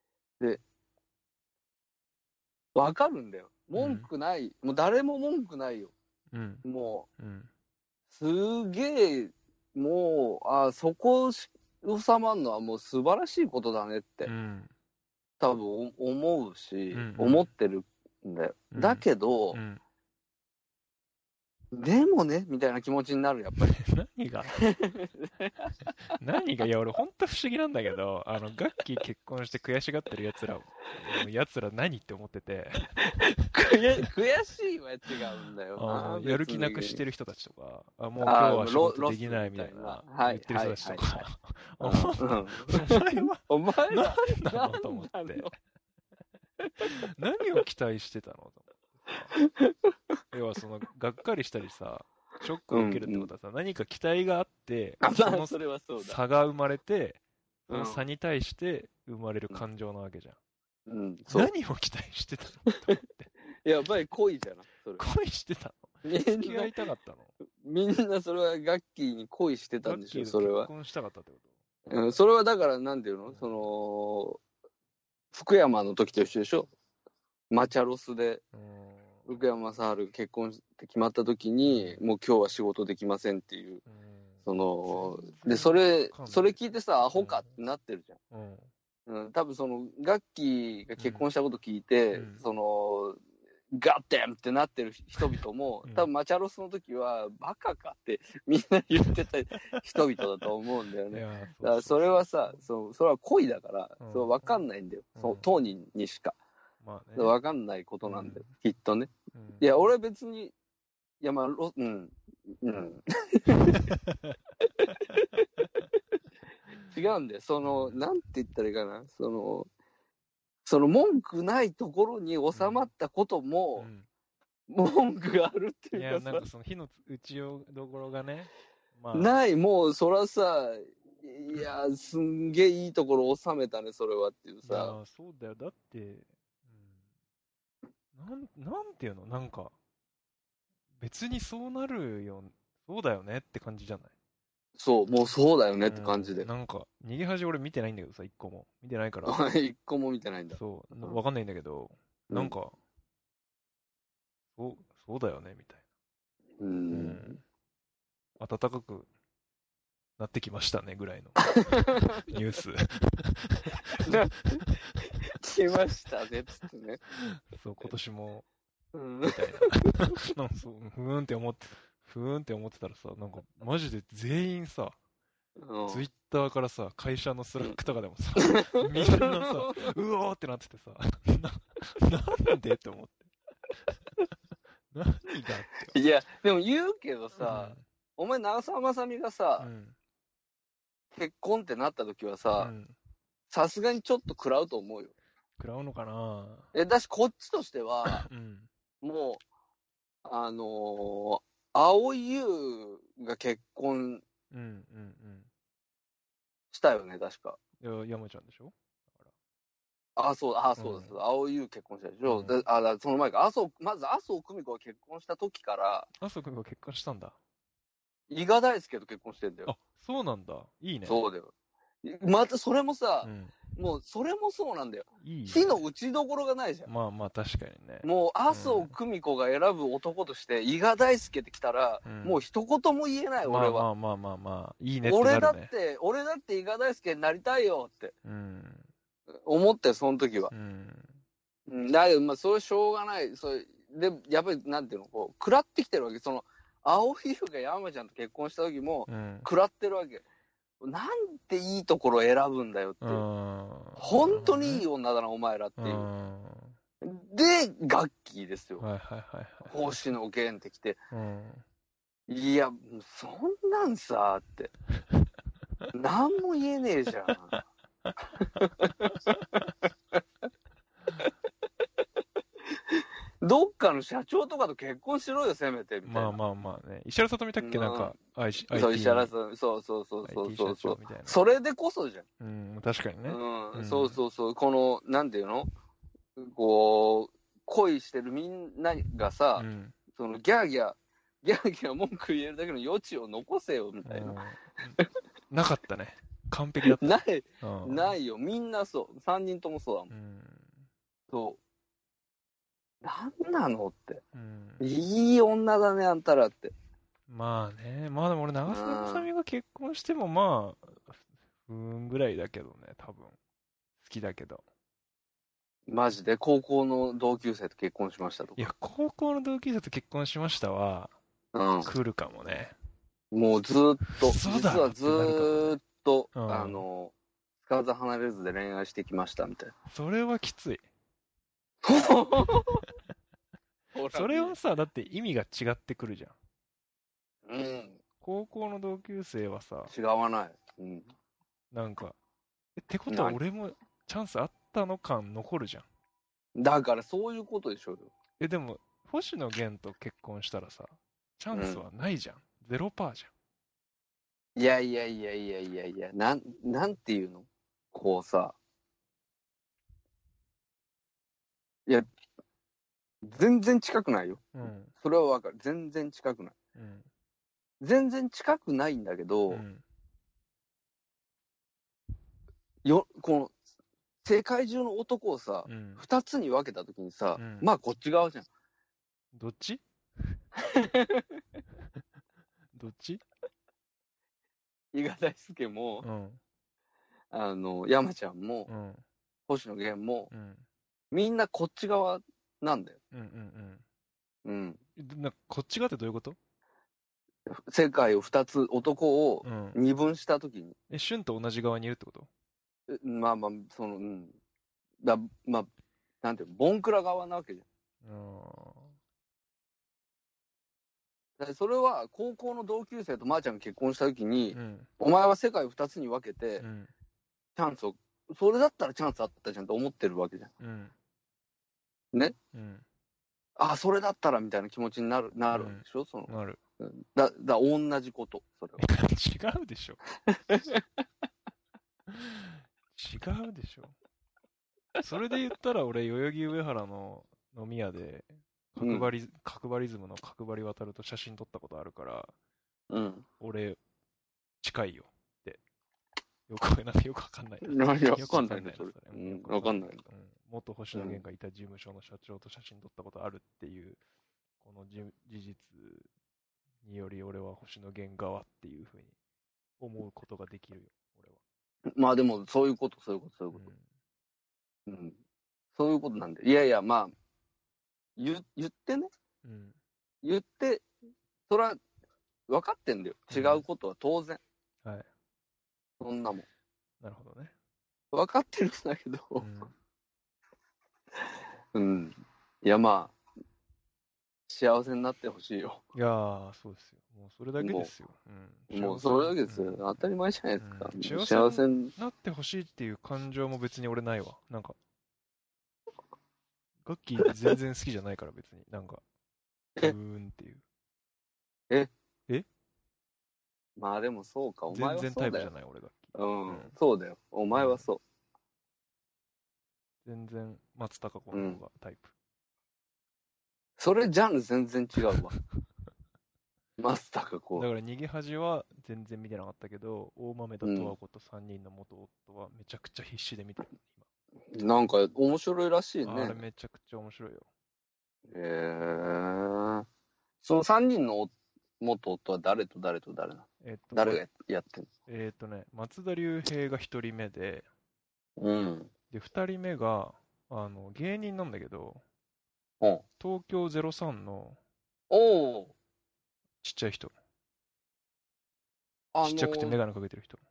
わかるんだよ。文句ない、もう誰も文句ないよ。 はい。うんもうんう、すげえ、もう、あそこ収まるのはもう素晴らしいことだねって、 うん多分思うし、 うんうん思ってるんだよ。 うんだけど、 うん。 でもね、みたいな気持ちになる、やっぱり。 何が何がいや、俺ほんと不思議なんだけど、あの、ガッキー結婚して悔しがってる奴ら、奴ら何って思ってて、 悔悔しいは違うんだよな。 あのやる気なくしてる。 る人たちとか、あもう今日は仕ロ事できないみたいなロスみたいな言ってる人たちとはいはいか、 うんお前はお前は何なのと思って何なの、 何を期待してたのと思ってさ。要はその、がっかりしたりさ、ショックを受けるってことはさ、何か期待があって、 あ、 そのまあ、それはそうだ。 差が生まれて、そうんの差に対して生まれる感情なわけじゃん。 うん、そう。 何を期待してたのと思って。 やっぱり恋じゃな、それ。 恋してたみの？付んなき合い、たかったの？ みんなそれはガッキーに恋してたんでしょ、 ガッキーとそれは結。婚したかったってこうん、それはだから、なんていうのその、福山の時と一緒でしょマチャロスで、 と？うん福山雅治結婚って決まった時に、もう今日は仕事できませんっていう、 うんその、 全然で、それわかんな、いそれ聞いてさ、アホかってなってるじゃん。 うんうん、多分その、ガッキーが結婚したこと聞いて、 うんその、ガッテンってなってる人々も、 うん多分マチャロスの時は、バカかってみんな言ってた人々だと思うんだよね。 いやだからそれはさ、そうそれは恋だから、 うんそう分かんないんだよ、 うんそう当人にしか。 まあね。 わかんないことなんだよ、きっとね。 うん、 いや、俺別に、いや、まあ、ロうん、うん。違うんだよ。その、なんて言ったらいいかな。その、その文句ないところに収まったことも、うん、文句があるっていうかさ。 いや、なんかその火の打ちようどころがね。 まあ、ない、もう、そらさ、いや、すんげえいいところ収めたね、それはっていうさ。いや、そうだよ。だって、うん、なん、なんていうのなんか、別にそうなるよ、そうだよねって感じじゃない？ そう、もうそうだよねって感じで。 うん、なんか、逃げ恥俺見てないんだけどさ、一個も。見てないから。 一個も見てないんだ。 そう、わかんないんだけど、うん、なんか、そう、そうだよね、みたいな。うん。うん、暖かくなってきましたね、ぐらいのニュース。 来ましたね、つってね。 そう、今年も、 うん、 みたいな。なんかそう、ふーんって思って、ふーんって思ってたらさ、なんか、マジで全員さ、ツイッターからさ、会社のスラックとかでもさ、みんなさ、うおーってなっててさ、な、なんでって思って。何がって。 いや、でも言うけどさ、うん、お前、長澤まさみがさ、うん、結婚ってなった時はさ、さすがにちょっと食らうと思うよ。 食らうのかな？ え、だし、こっちとしては、うん、もう、あのー、蒼井優が結婚したよね、確か。 いや、山ちゃんでしょ？だからあ、そう、あ、そうです。蒼井優結婚したでしょ。うん、であ、だその前か、麻生、まず麻生久美子が結婚した時から。 麻生久美子結婚したんだ。 伊賀大輔と結婚してんだよ。 あ、そうなんだ。いいね。 そうだよ。またそれもさ、うん、もうそれもそうなんだよ。いいね、火の打ちどころがないじゃん。 まあまあ確かにね。 もう麻生久美子が選ぶ男として、伊賀大輔ってきたら、うん、もう一言も言えない、俺は。 まあまあまあまあまあ、いいねってなるね。 俺だって、俺だって伊賀大輔になりたいよって。うん、思って、その時は。うん。だけど、まあ、それしょうがない。それで、やっぱり、なんていうの、こう、食らってきてるわけ。その、蒼井優が山ちゃんと結婚した時も、食らってるわけ。うん、なんていいところを選ぶんだよっていう。本当にいい女だな、お前らっていう。で、ガッキーですよ。はいはいはい、はい。星野源ってきて。うん、いや、そんなんさ、って。何も言えねえじゃん。どっかの社長とかと結婚しろよ、せめて。みたいな。 まあまあまあね。石原さとみたっけ、なんか、 アイティー。そう、石原さん、そうそうそうそうそうそう。それでこそじゃん。うん、確かにね。 うん、そうそうそう。この、なんていうのこう、恋してるみんながさ、うん、そのギャーギャー、ギャーギャー文句言えるだけの余地を残せよ、みたいな。 なかったね。完璧だった。 ない、ないよ。みんなそう。三人ともそうだもん。うん、そう。なんなのって、うん。いい女だね、あんたらって。 まあね。まあでも俺、長澤まさみが結婚してもまあ、ふーんぐらいだけどね、多分。好きだけど。 マジで高校の同級生と結婚しましたとか。 いや、高校の同級生と結婚しましたは、うん、来るかもね。 もうずーっと、実はずーっと、うん、あの、つかず離れずで恋愛してきましたみたいな。 それはきつい。それはさ、だって意味が違ってくるじゃん。うん。高校の同級生はさ、 違わない。うん。 なんか、えってことは俺もチャンスあったの感残るじゃん。だからそういうことでしょうよ。 え、でも、星野源と結婚したらさ、チャンスはないじゃん。うん、ゼロパーじゃん。いやいやいやいやいやいや、なん、なんていうのこうさ、いや、全然近くないよ。うん、それはわかる。全然近くない。うん、全然近くないんだけど、うん、よ、この、世界中の男をさ、二、うん、つに分けたときにさ、うん、まあこっち側じゃん。 どっちどっち伊賀大輔も、うん、あの、山ちゃんも、うん、星野源も、うん、みんなこっち側なんだよ。うんうんうん。うん。なこっち側ってどういうこと？ 世界を二つ、男を二分したときに、うん。 え、シュンと同じ側にいるってこと？ まあまあ、その、うん。だ、まあ、 なんていうの、ボンクラ側なわけじゃん。 うん。 だからそれは高校の同級生とまーちゃんが結婚した時に、 うん。 お前は世界を二つに分けて、 うん。 チャンスを、それだったらチャンスあったじゃんと思ってるわけじゃうん。 ん。ね。 うん。 あ、それだったらみたいな気持ちになる、なるわけでしょ、その。 なる。 だ、だ、同じこと、それは。 違うでしょ。違うでしょ。それで言ったら俺、代々木上原の飲み屋で、角張り、角張りズムの角張り渡ると写真撮ったことあるから、 うん。 俺、近いよって。よく、なんかよくわかんないな。 何わよくかんないね、 なそれ。うよん、 くわかんな。 わかんないい。 うん。元星野源がいた事務所の社長と写真撮ったことあるっていう、このじ事実により俺は星野源側っていうふうに思うことができるよ、俺は。 まあでも、そういうこと、そういうこと、そういうこと。うん。そういうことなんで。いやいや、まあ、言、言ってね。 うん。うん。 言って、それは、分かってんだよ。違うことは当然。 はい。 そんなもん。 なるほどね。 分かってるんだけど、 うん。 うん。いや、まあ、幸せになってほしいよ。 いやー、そうですよ。もうそれだけですよ。うん。 もうそれだけですよ。 うん当たり前じゃないですか。 うん幸幸せせに。 なってほしいっていう感情も別に俺ないわ。なんか、ガッキー全然好きじゃないから別に。なんか、うえーんっていう。 まあでもそうか、お前全然はそうだよ。 タイプじゃない、俺ガッキー。 うん、 うんそうだよ。お前はそ全然松たか子の方がタイプ。 う。それジャンル全然違うわ。マスターがこだから逃げ恥は全然見てなかったけど、大豆田十和子とさんにんの元夫はめちゃくちゃ必死で見てる、 う。なんか面白いらしい今。あれね。 めちゃくちゃ面白いよ。 へえー。そのさんにんの元夫は誰と誰と誰なの？ えっと、 誰がやってんえっとね、松田龍平がひとりめで、 の？うん。 で、ふたりめが、あの、芸人なんだけど、 うん。 東京ゼロさんのおお。 ちっちゃい人。 あのーちっちゃくてメガネかけてる人。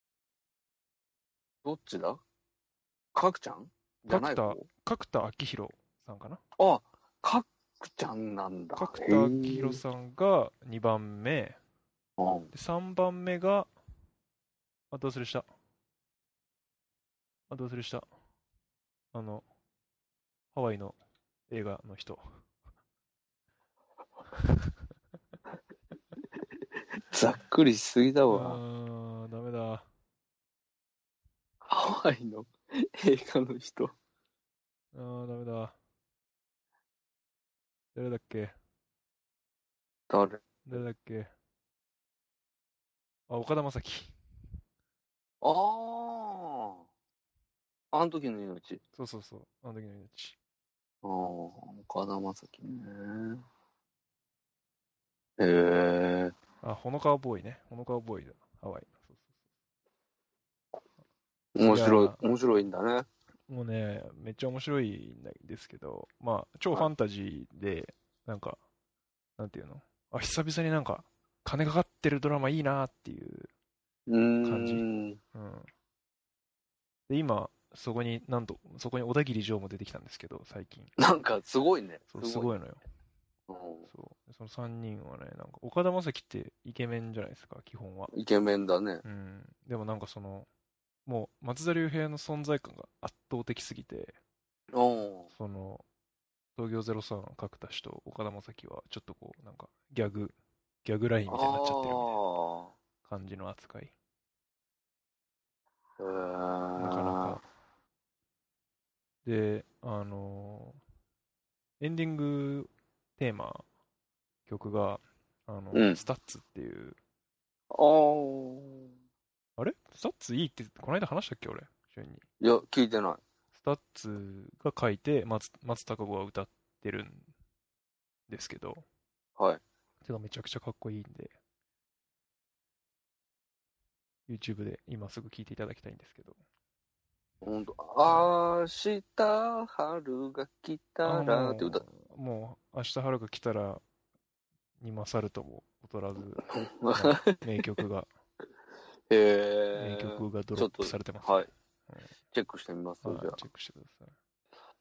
どっちだ？かくちゃんじゃない角田方？ 角田昭弘さんかな。 あ、かくちゃんなんだ。 角田昭弘さんがにばんめ、 うん。 でさんばんめが、あ、どうするした。あ、どうするした。あの、ハワイの映画の人。 ざっくりしすぎだうわ。 ーん、ダメだ。 ハワイの映画の人。 あー、ダメだ。誰だっけ誰？ 誰だっけあ、岡田将生。 ああ。あの時の命。 そうそうそう。あの時の命。 ああ、岡田将生ね。へえ。 あ、ほのかわボーイね。ほのかわボーイだ。ハワイ。そう面白いいや、 面白いんだね。 そうもうね、めっちゃ面白いんですけど、まあ、超ファンタジーで、なんか、なんていうのあ、久々になんか、金かかってるドラマいいなっていううーん。 感じ。うん。で、今、そこに、なんと、そこに小田切城も出てきたんですけど、最近。 なんかすごいね。 そう、すごいのよ。 うんそう。そのさんにんはね、なんか、岡田将生ってイケメンじゃないですか、基本は。 イケメンだね。 うん。でもなんかその、もう、松田龍平の存在感が圧倒的すぎて、 うん。 その、東京ゼロさん角田氏と岡田将生は、ちょっとこう、なんか、ギャグ、ギャグラインみたいになっちゃってるみたいな感じの扱い。 ああ。 なかなか。で、あのーエンディングテーマ、曲が、あの、 うんスタッツっていう、 ああ。 あれスタッツいいって、この間話したっけ俺、一緒に。 いや、聞いてない。 スタッツが書いて、松、松たか子が歌ってるんですけど、 はい。 てかめちゃくちゃかっこいいんで、YouTube で今すぐ聴いていただきたいんですけど。 ほんと。明日春が来たらって歌。 もう、明日春が来たら、に勝るとも劣らず、名曲が、 へえ。 名曲がドロップされてます、 はい。チェックしてみます、じゃあ。 チェックしてください。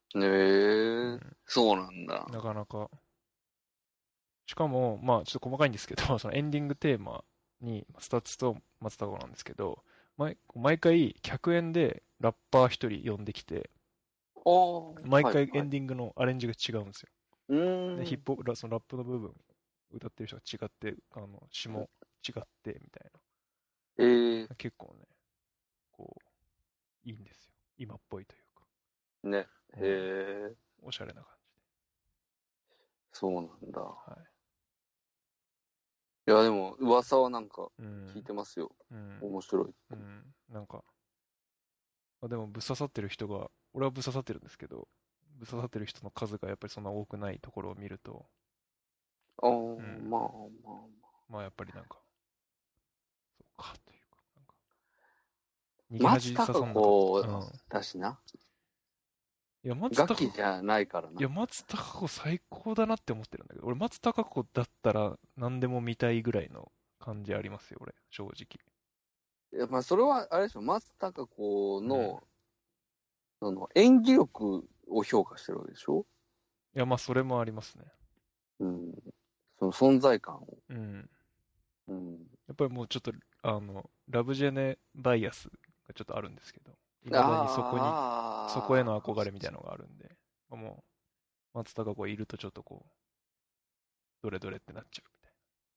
へえうんー、そうなんだ。 なかなか。しかも、まあ、ちょっと細かいんですけど、そのエンディングテーマに、スタッツと松たか子なんですけど、毎毎回、客演でラッパー一人呼んできて、 ああ、 毎はい、はい。 回エンディングのアレンジが違うんですよ。 うで、 ーん。 ヒップホップ、ラそのラップの部分、歌ってる人が違って、あの、詞も違って、みたいええな。結構ね、こう、いいんですよ。今っぽいというか。 ー、ね。へうん。 え、 おしゃれな感そうなんだ。 じで。はい。 いや、でも、噂はなんかうん。 聞いてますよ。 うん。 面白い。 うん。なんか、あ、でも、ぶっ刺さってる人が、俺はぶっ刺さってるんですけど、ぶっ刺さってる人の数がやっぱりそんな多くないところを見ると、 ああ、 うん。 まあまあ。 まあ、やっぱりなんか、そうか、というか、なんか、逃げ恥刺松たかさんなかっ子た。うん。 だしな。 いや、松ガたか子、 キじゃないからな。 いや、松たか子最高だなって思ってるんだけど、俺、松たか子だったら何でも見たいぐらいの感じありますよ、俺、正直。 いや、まあ、それは、あれでしょ、松たか子うん。 の、その、演技力を評価してるわけでしょ？ いや、まあ、それもありますね。 うん。その存在感を。 うん。 うん。 やっぱりもうちょっと、あの、ラブジェネバイアスがちょっとあるんですけど、いまだにそこに、そこへのああ、 憧れみたいなのがあるんで、もう、松たか子いるとちょっとこう、どれどれってなっちゃうみたい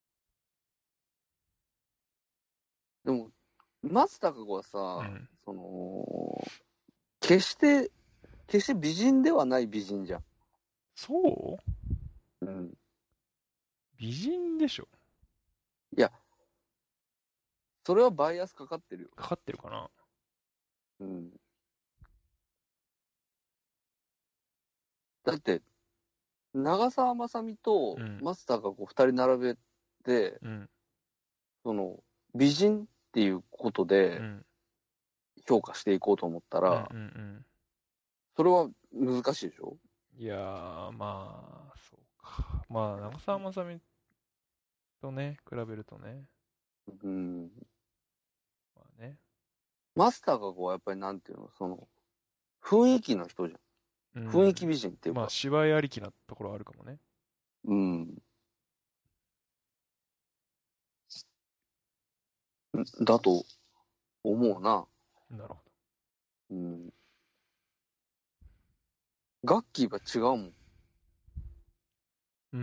でも、松たか子はな。うさ、 ん。 その、決して、決して美人ではない美人じゃん。 そううん。 美人でしょ？ いや、それはバイアスかかってるよ。 かかってるかな？ うん。だって、長澤まさみとうん。 松たか子二人並べて、 うん。 その、美人っていうことでうん。 評価していこうと思ったうん。うん。うら、 ん。 それは難しいでしょ？ いやー、まあ、そうか。まあ、長澤まさみとね、比べるとね、 うん。 まあね。 松たか子はやっぱりなんていうの、その、雰囲気の人じゃん。 う雰囲気ん。 美人っていうまあ、 か。 芝居ありきなところあるかもね。 うん。だと思うな。 なるほうん。ガッキーは違うもん。 ど。うん。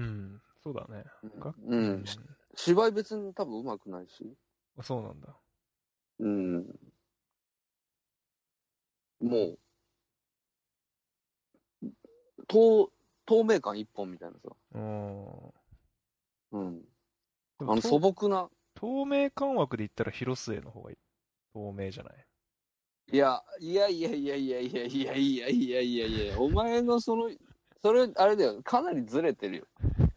そうだね。が、 うん。 うん。 芝居別に多分上手くないし。 あ、そうなんだ。 うん。もう、透、透明感一本みたいなさ。 うん。 うん。 でも、 あの素と、 朴な、 透明感枠で言ったら広末の方がいい。透明じゃない。 いや、いやいやいやいやいやいやいやいやいやいや、お前のその、それ、あれだよ、かなりずれてるよ。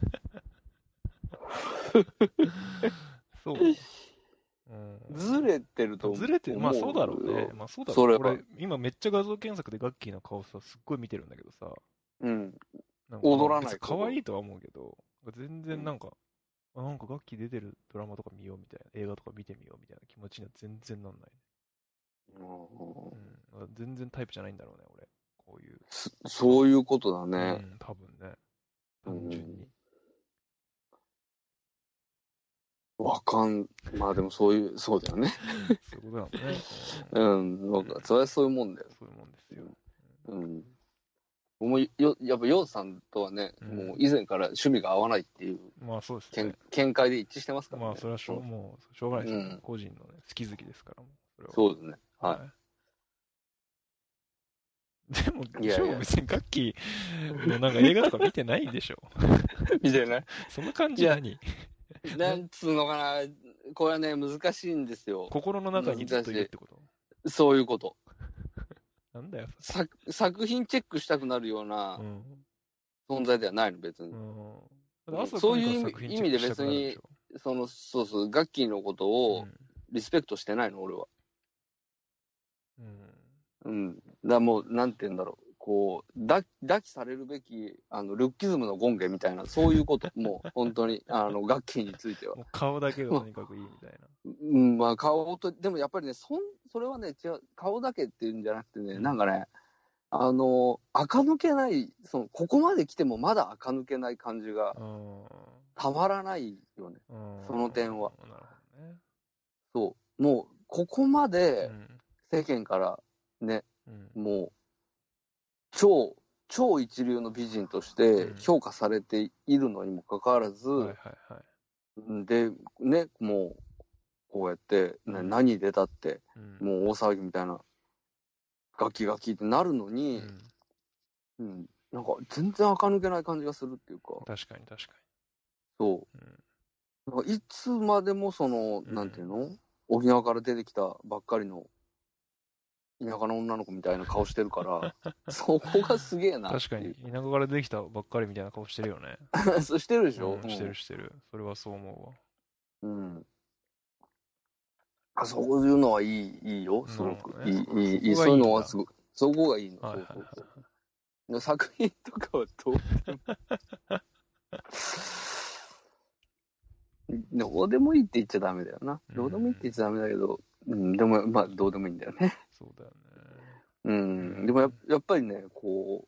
そう。うん。 ずれてるとずれてる。まあそう思だろうね。 うよ。 まあそうだろうね。 それは。 俺、今めっちゃ画像検索でガッキーの顔さ、すっごい見てるんだけどさ、 うん。 なんかまあ踊ら別にないところ。 可愛いとは思うけど、全うん。 然なんか、あ、なんかガッキー出てるドラマとか見ようみたいな、映画とか見てみようみたいな気持ちには全然なんないね。 うんうん。全然タイプじゃないんだろうね、俺。こういうそ顔。 そういうことだね。 うん、多分ね。 うん。 単純に。 わかん、まあでもそういう、そうだよね。 そういうことなんだね。 うん。わうん。うん。 かそれはそういうもんだよ。 そういうもんですよ。 うん。もうよ、やっぱヨウさんとはね、 うん。 もう以前から趣味が合わないっていうまあそうですね。 見見解で一致してますからまあね。 それはしょう、 そのもう、しょうがないですよね。 うん。 個人のね、好き好きですから、もう、それそうですね。 は。 ははい。でも、 い。いやいや、 翔吾別にガッキーのなんか映画とか見てないでしょ。 見てない。 その感いや、 じ何？ なな、 んつうのかな。これはね、難しいんですよ。 心の中にずっ難しといるってこと？ い。そういうこと。 なんだよ、そ作作品チェックしたくなるようなれ。うん。 存在ではないの、別に。 うん。だってうん、 麻生久美子はそういう意味作品チェック意味で別に、 したくなるんでしょ。 その、そうそう、ガッキーのことをうん。 リスペクトしてないの、俺は。 うん。 うん。だからもう、なんて言うんだろう。こう、だ抱きされるべき、あの、ルッキズムの権限みたいな、そういうこと。もう、本当に、あの、ガッキーについては。 もう顔だけがとにかくいいみたいな。 うん、まあ、顔と、でもやっぱりね、そん、それはね、違う、顔だけっていうんじゃなくてね、 うん。 なんかね、 あの、垢抜けない、その、ここまで来てもまだ垢抜けない感じがうん。 たまらないよね。 うんその点は。 なるほどね。 そう。もう、ここまうでん。 世間からね、 うん。 もう、超、超一流の美人として評価されているのにもかかわらず、 はいはいはい。 で、ね、もう、こうやって、ねうん何出たって、 うん。 もう大騒ぎみたいな、ガキガキってなるのうに、 ん。 うん、なんか全然垢抜けない感じがするっていうか、 確かに確かそに。うん。 う。なんかいつまでもその、 うんなんていうの沖縄から出てきたばっかりの田舎の女の子みたいな顔してるから、そこがすげえなって確かにいう。、 田舎からできたばっかりみたいな顔してるよね。 そうしてるでしょ、 うん、してるしてる。それはそう思うん。うん。あ、そういうのはいい、いいよ、すごく。 なるほどねいい、いい、 そこいい。そうがいいんだいうのはすごい。そこがいいの。 う。はいそうはいそうはいはい。 そう。作品とかはどうでも、どうでもいいって言っちゃダメだよな。どうでもいいって言っちゃダメだけど、うん、でも、まあ、どうでもいいんだよね。 そうだよね。 うん。 うんでもや、やっぱりね、こ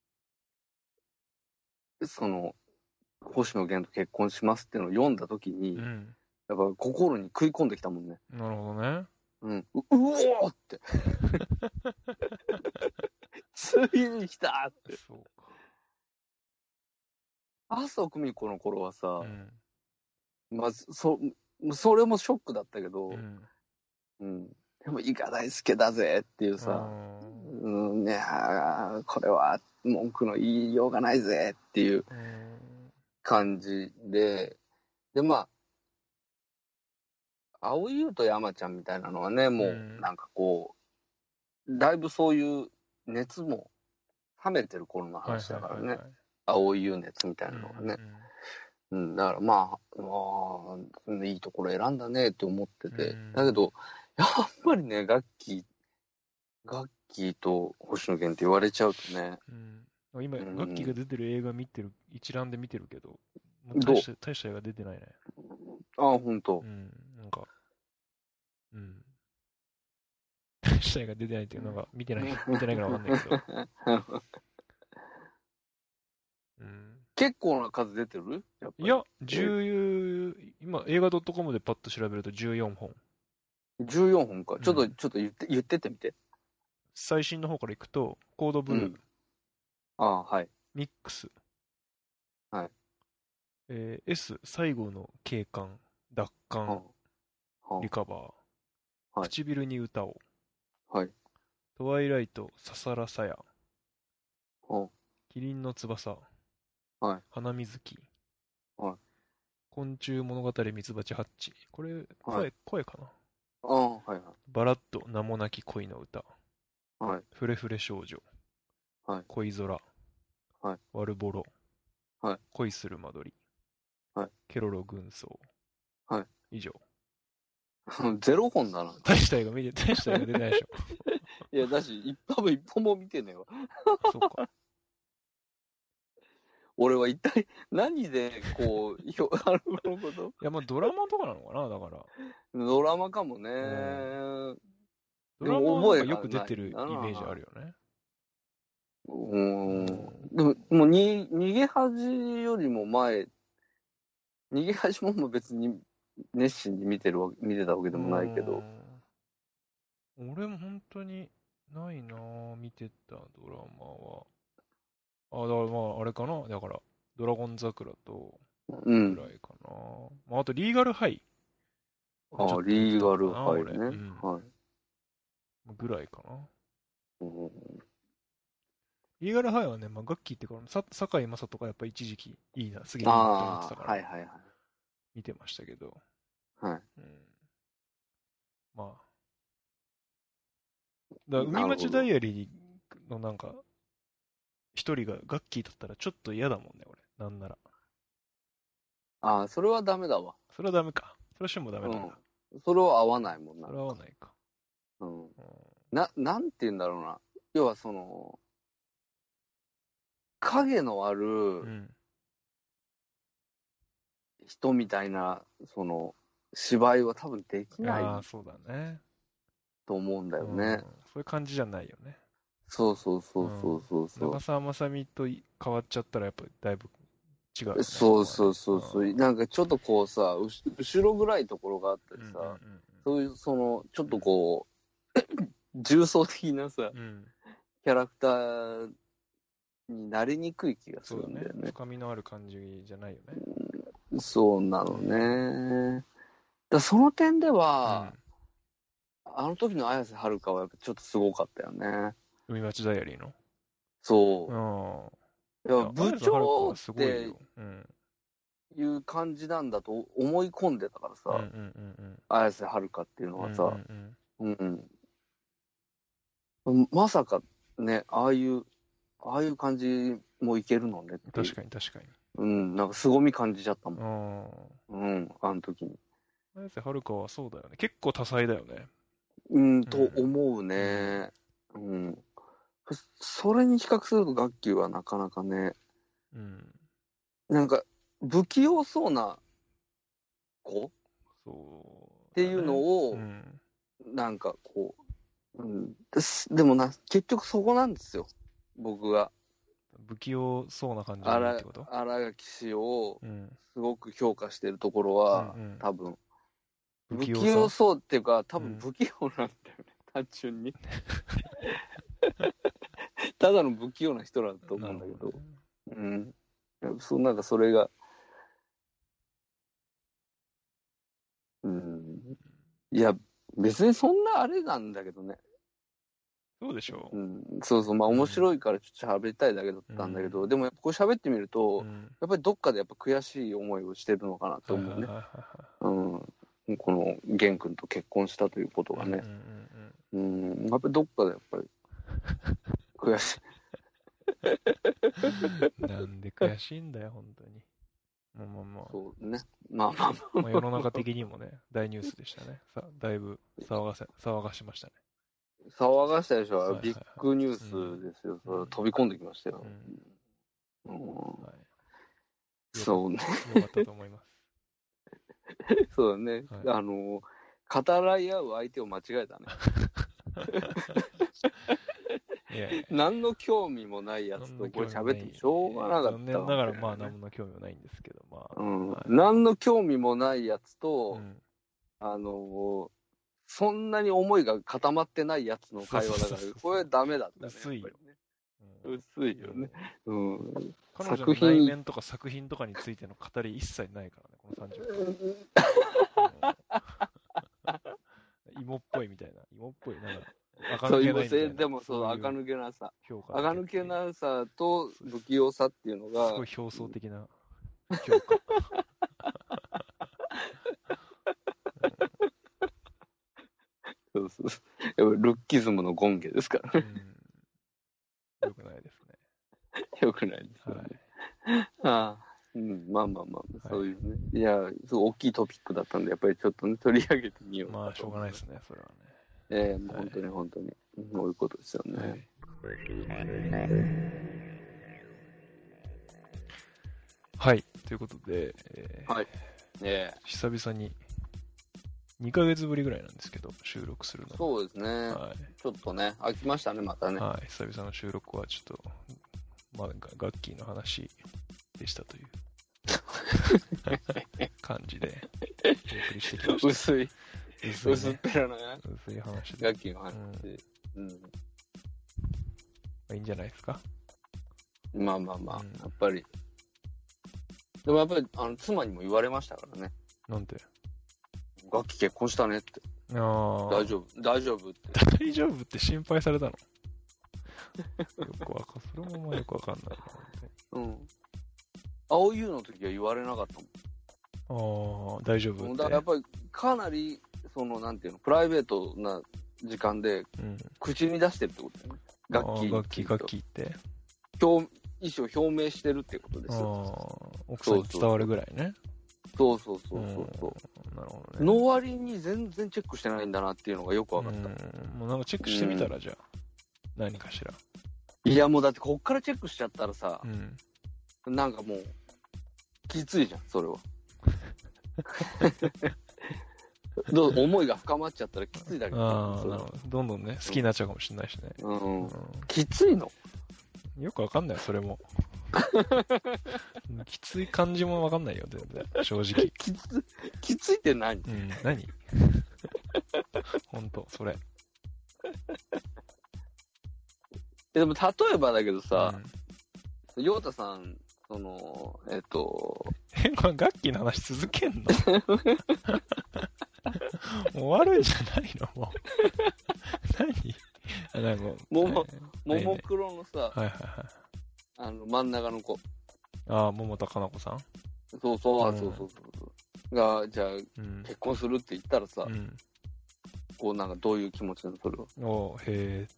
う、その、星野源と結婚しますっていうのを読んだときに、 うん。 やっぱ心に食い込んできたもんね。 なるほどね。 うん。う、うおーって。ついに来たって。 そうか。 麻生久美子の頃はさ、 うん。 まあ、そ、それもショックだったけど、 うん。 うん。でも、伊賀大輔だぜっていうあさ、 ーうん、いやーこれは文句の言いようがないぜっていううん。 感じで、で、まあ、蒼井優と山ちゃんみたいなのはね、もううんなんかこう、だいぶそういう熱も冷めてる頃のはいはい話だからね。 はいはい。 蒼井優熱みたいうんなのがね。 うんうん、だからまあ、まあ、いいところ選んだねって思ってて。 うんだけど、やっぱりね、ガッキー、ガッキーと星野源って言われちゃうとね、 うんうん今、 うんガッキーが出てる映画見てる、一覧で見てるけど、もうどう大した、大した映画出てないね。 ああ、ほんとう。ん。なんか、うん。大した映画出てないっていうのが、見てない、見てないからわかんないけど。うん。 結構な数出てるやっぱり。 いや、じゅう、今、映画 .com でパッと調べるとじゅうよんほん。 じゅうよんほんか。ちょっと、 うんちょっと言って、言ってってみて。 最新の方からいくと、コードブルー、 うんああ、はい。 ミックス、 はい。 えー S、最後の警官、奪還、 はあ、はリカバー、 はい唇に歌を、 あ、はい。 トワイライト、ささらさや、 はキリンの翼、 あ、はい。 花水木、 はい。 昆虫物語ミツバチハッチ。これ、声、 はい声かな。 ああ、はいはい。 バラッド、名もなき恋の歌、 はい。 フレフレ少女、 はい。 恋空、 はい。 ワルボロ、 はい。 恋する間取り、 はい。 ケロロ軍曹、 はい。 以上。 ゼロ本だな。 大した映画見て、大した映画出てないでしょ。 いや、だし、一多分一本も見てねえわ。 そうか。 俺は一体何で、こう、ひょなるほどこと。 いや、まあドラマとかなのかな、だから。 ドラマかもね。 んドでもラマはなん覚えがかよく出てるイメないなージあるよね。 うーん。 うんでも、もうに、逃げ恥よりも前、逃げ恥ももう別に熱心に見てるわ見てたわけでもないけど。 うん俺も本当にないなぁ、見てたドラマは。あ、だからまあ、あれかな。だから、ドラゴン桜と、 うん。 ぐらいかな。まあ、あと、リーガルハイ。 あちょっと見リーてたのかなガルハイ俺ね。 うんはい。 ぐらいかな。 うんリーガルハイはね、まあ、ガッキーっていうか、さ堺雅人がやっぱ一時期いいな、すげえいいなと思ってああ、 たから、 はいはいはい。 見てましたけど。 はい。 うん。まあ。だから海なるほど町ダイアリーのなんか、一人がガッキーだったらちょっと嫌だもんね、俺。なんなら。 ああ、それはダメだわ。 それはダメか。それはしてもダメなんだ。 うん。それは合わないもんな。 それは合わないか。 うん。 うんな、なんて言うんだろうな。要はその、影のあるうん。 人みたいな、その、芝居は多分できないああ、そうだね。 と思うんだようん。 ね。 そういう感じじゃないよね。 そうそうそうそうそうそう。 長澤まさみとい変わっちゃったらやっぱだいぶ違うよね、 そうそうそうそう。 うんなんかちょっとこうさ、うし後ろ暗いところがあったりさ、 うんうんうんそういうその、ちょっとこう、重層的なさ、 うんキャラクターになりにくい気がすそうだねるんだよね。 深みのある感じじゃないよね。 そうなのね。だからその点では、あの時の綾瀬はるかはやっぱちょっとすごかったよね。 海町ダイアリーの。 そうう。いや、 ん。 部綾瀬はるか長はすごいってよ。うん。 いう感じなんだと思い込んでたからさ、 うんうんうん綾瀬はるかっていうのうん。 はさ、 うんうんうん。まさかね、ああいう、ああいう感じもいけるのねっていう。 確かに確かに。 うん、なんか凄み感じちゃったもん。 うん。 うん、あの時に。 綾瀬はるかはそうだよね。結構多彩だよね。 うん、と思うね。うん。それに比較するとガッキーはなかなかね、 うん。 なんか不器用そうな子そう。 っていうのを、 うん。 なんかこう、うん、ですでもな、結局そこなんですよ。僕が不器用そうな感じがいいってこと新垣氏をうん。 すごく評価してるところは、 うんうん多分、 不不器器用さ用そうっていうか、多うん分不器用なんだよね、単純に。ただの不器用な人だと思うんだけど、 なるほどねうん。そう、なんかそれが、うん。いや、別にそんなあれなんだけどね。 そうでしょう。ん。そうそう、まあ面白いからちょっと喋りたいだけだったんだけど、 うんでもやっぱこう喋ってみると、 うん。 やっぱりどっかでやっぱ悔しい思いをしてるのかなと思うね。 はいはいはいはいうん。この玄君と結婚したということがね。 うんうんうんうん。やっぱりどっかでやっぱり悔しい。 うん。なんで悔しいんだよ、本当に。まあまあまあ。 そうね。まあまあまあ。 まあ、世の中的にもね、大ニュースでしたね。さだいぶ騒がせ、騒がしましたね。 騒がしたでしょ、 はいはいはいビッグニュースですよ。 うんそれ飛び込んできましたよ。 うんうんはい、 そうね。 よかったと思います。 そうだね。 はいあの、語らい合う相手を間違えたね。 いやいや何の興味もないやつとこれ喋ってもしょうがなかったわ残念ながら、まあ、何の興味もないんですけど、まあ。 うんはい何の興味もないやつと、 うんあの、そんなに思いが固まってないやつの会話だからそうそうそうそう、 これダメだったね。 薄いよやっぱりねうん薄いよね。うん。 彼女の作品内面とか作品とかについての語り一切ないからね、このさんじゅっぷん。うん芋っぽいみたいな。芋っぽい。なんか、垢そういう抜けないみたいな。 でもそう、 い垢抜けなさ。 評価垢抜けなさと不器用さっていうのが、 すごい表層的な評価。 そうそうそう。やっぱルッキズムの権化ですからね。 うん。よくないですね。 よくないですよはね。 い。 ああ。うん、まあまあまあ、 いそういうね。いや、すごい大きいトピックだったんで、やっぱりちょっとね、取り上げてみようかと。 まあ、しょうがないですね、それはね。 ええもうはい本当に本当に。そういうことですよね。 はい。はい。ということで、えーはい。ええ久々ににかげつぶりぐらいなんですけど、収録するの。 そうですね。 はちょっとね、飽きましたね、またい。 ね。 はい。久々の収録はちょっと、まあ、ガガッキーの話でしたという感じでお送りしてきました。 薄い、 薄い、 薄っね、 ぺらなね、 薄い話で。 楽器の話。うん。 まあ、いいんじゃないですか。 まあまあまあ、 うんやっぱり。でもやっぱり、あの、妻にも言われましたからね。 なんて。 楽器結婚したねって。 ああ。 大丈夫、大丈夫って。 大丈夫って心配されたのよくわかん、それもまあよくわかんないな。 うん。青優の時は言われなかったもん。 ああ、大丈夫って。 だからやっぱりかなり、その、なんていうの、プライベートな時間でうん、 口に出してるってことだよね。楽器あー楽器、楽器って。 表、意思を表明してるってことでああすよ。、 奥さんに伝わるぐらいね。 そうそうそうそうそう。 うんなるほどね。 の割に全然チェックしてないんだなっていうのがよく分かった。 うんもうなんかチェックしてみたら、じゃあ。何かしら。 いやもうだってこっからチェックしちゃったらさう、ん。 なんかもう、きついじゃん、それは。 どう思いが深まっちゃったらきついだけど。 ああ、なるほど。どんどんね、好きになっちゃうかもしれないしね。 うん。 うん、 きついの？ よくわかんない、それも。きつい感じもわかんないよ、全然。正直。 きつ、きついって何？ うん、何ほんと、それ。 でも、例えばだけどさ、 うん、 陽太さん、その、えっと、 え、これ、楽器の話続けんのもう終わるんじゃないのもう。何あ、なんかもも、 えー、 ももクロのさ、 はいはいはい。 あの、真ん中の子。 ああ、桃田かな子さんそうそう、 うん、 そうそうそう。が、じゃあ、うん、結婚するって言ったらさ、うん、こう、なんかどういう気持ちなの、それは。 おー、へーっていう。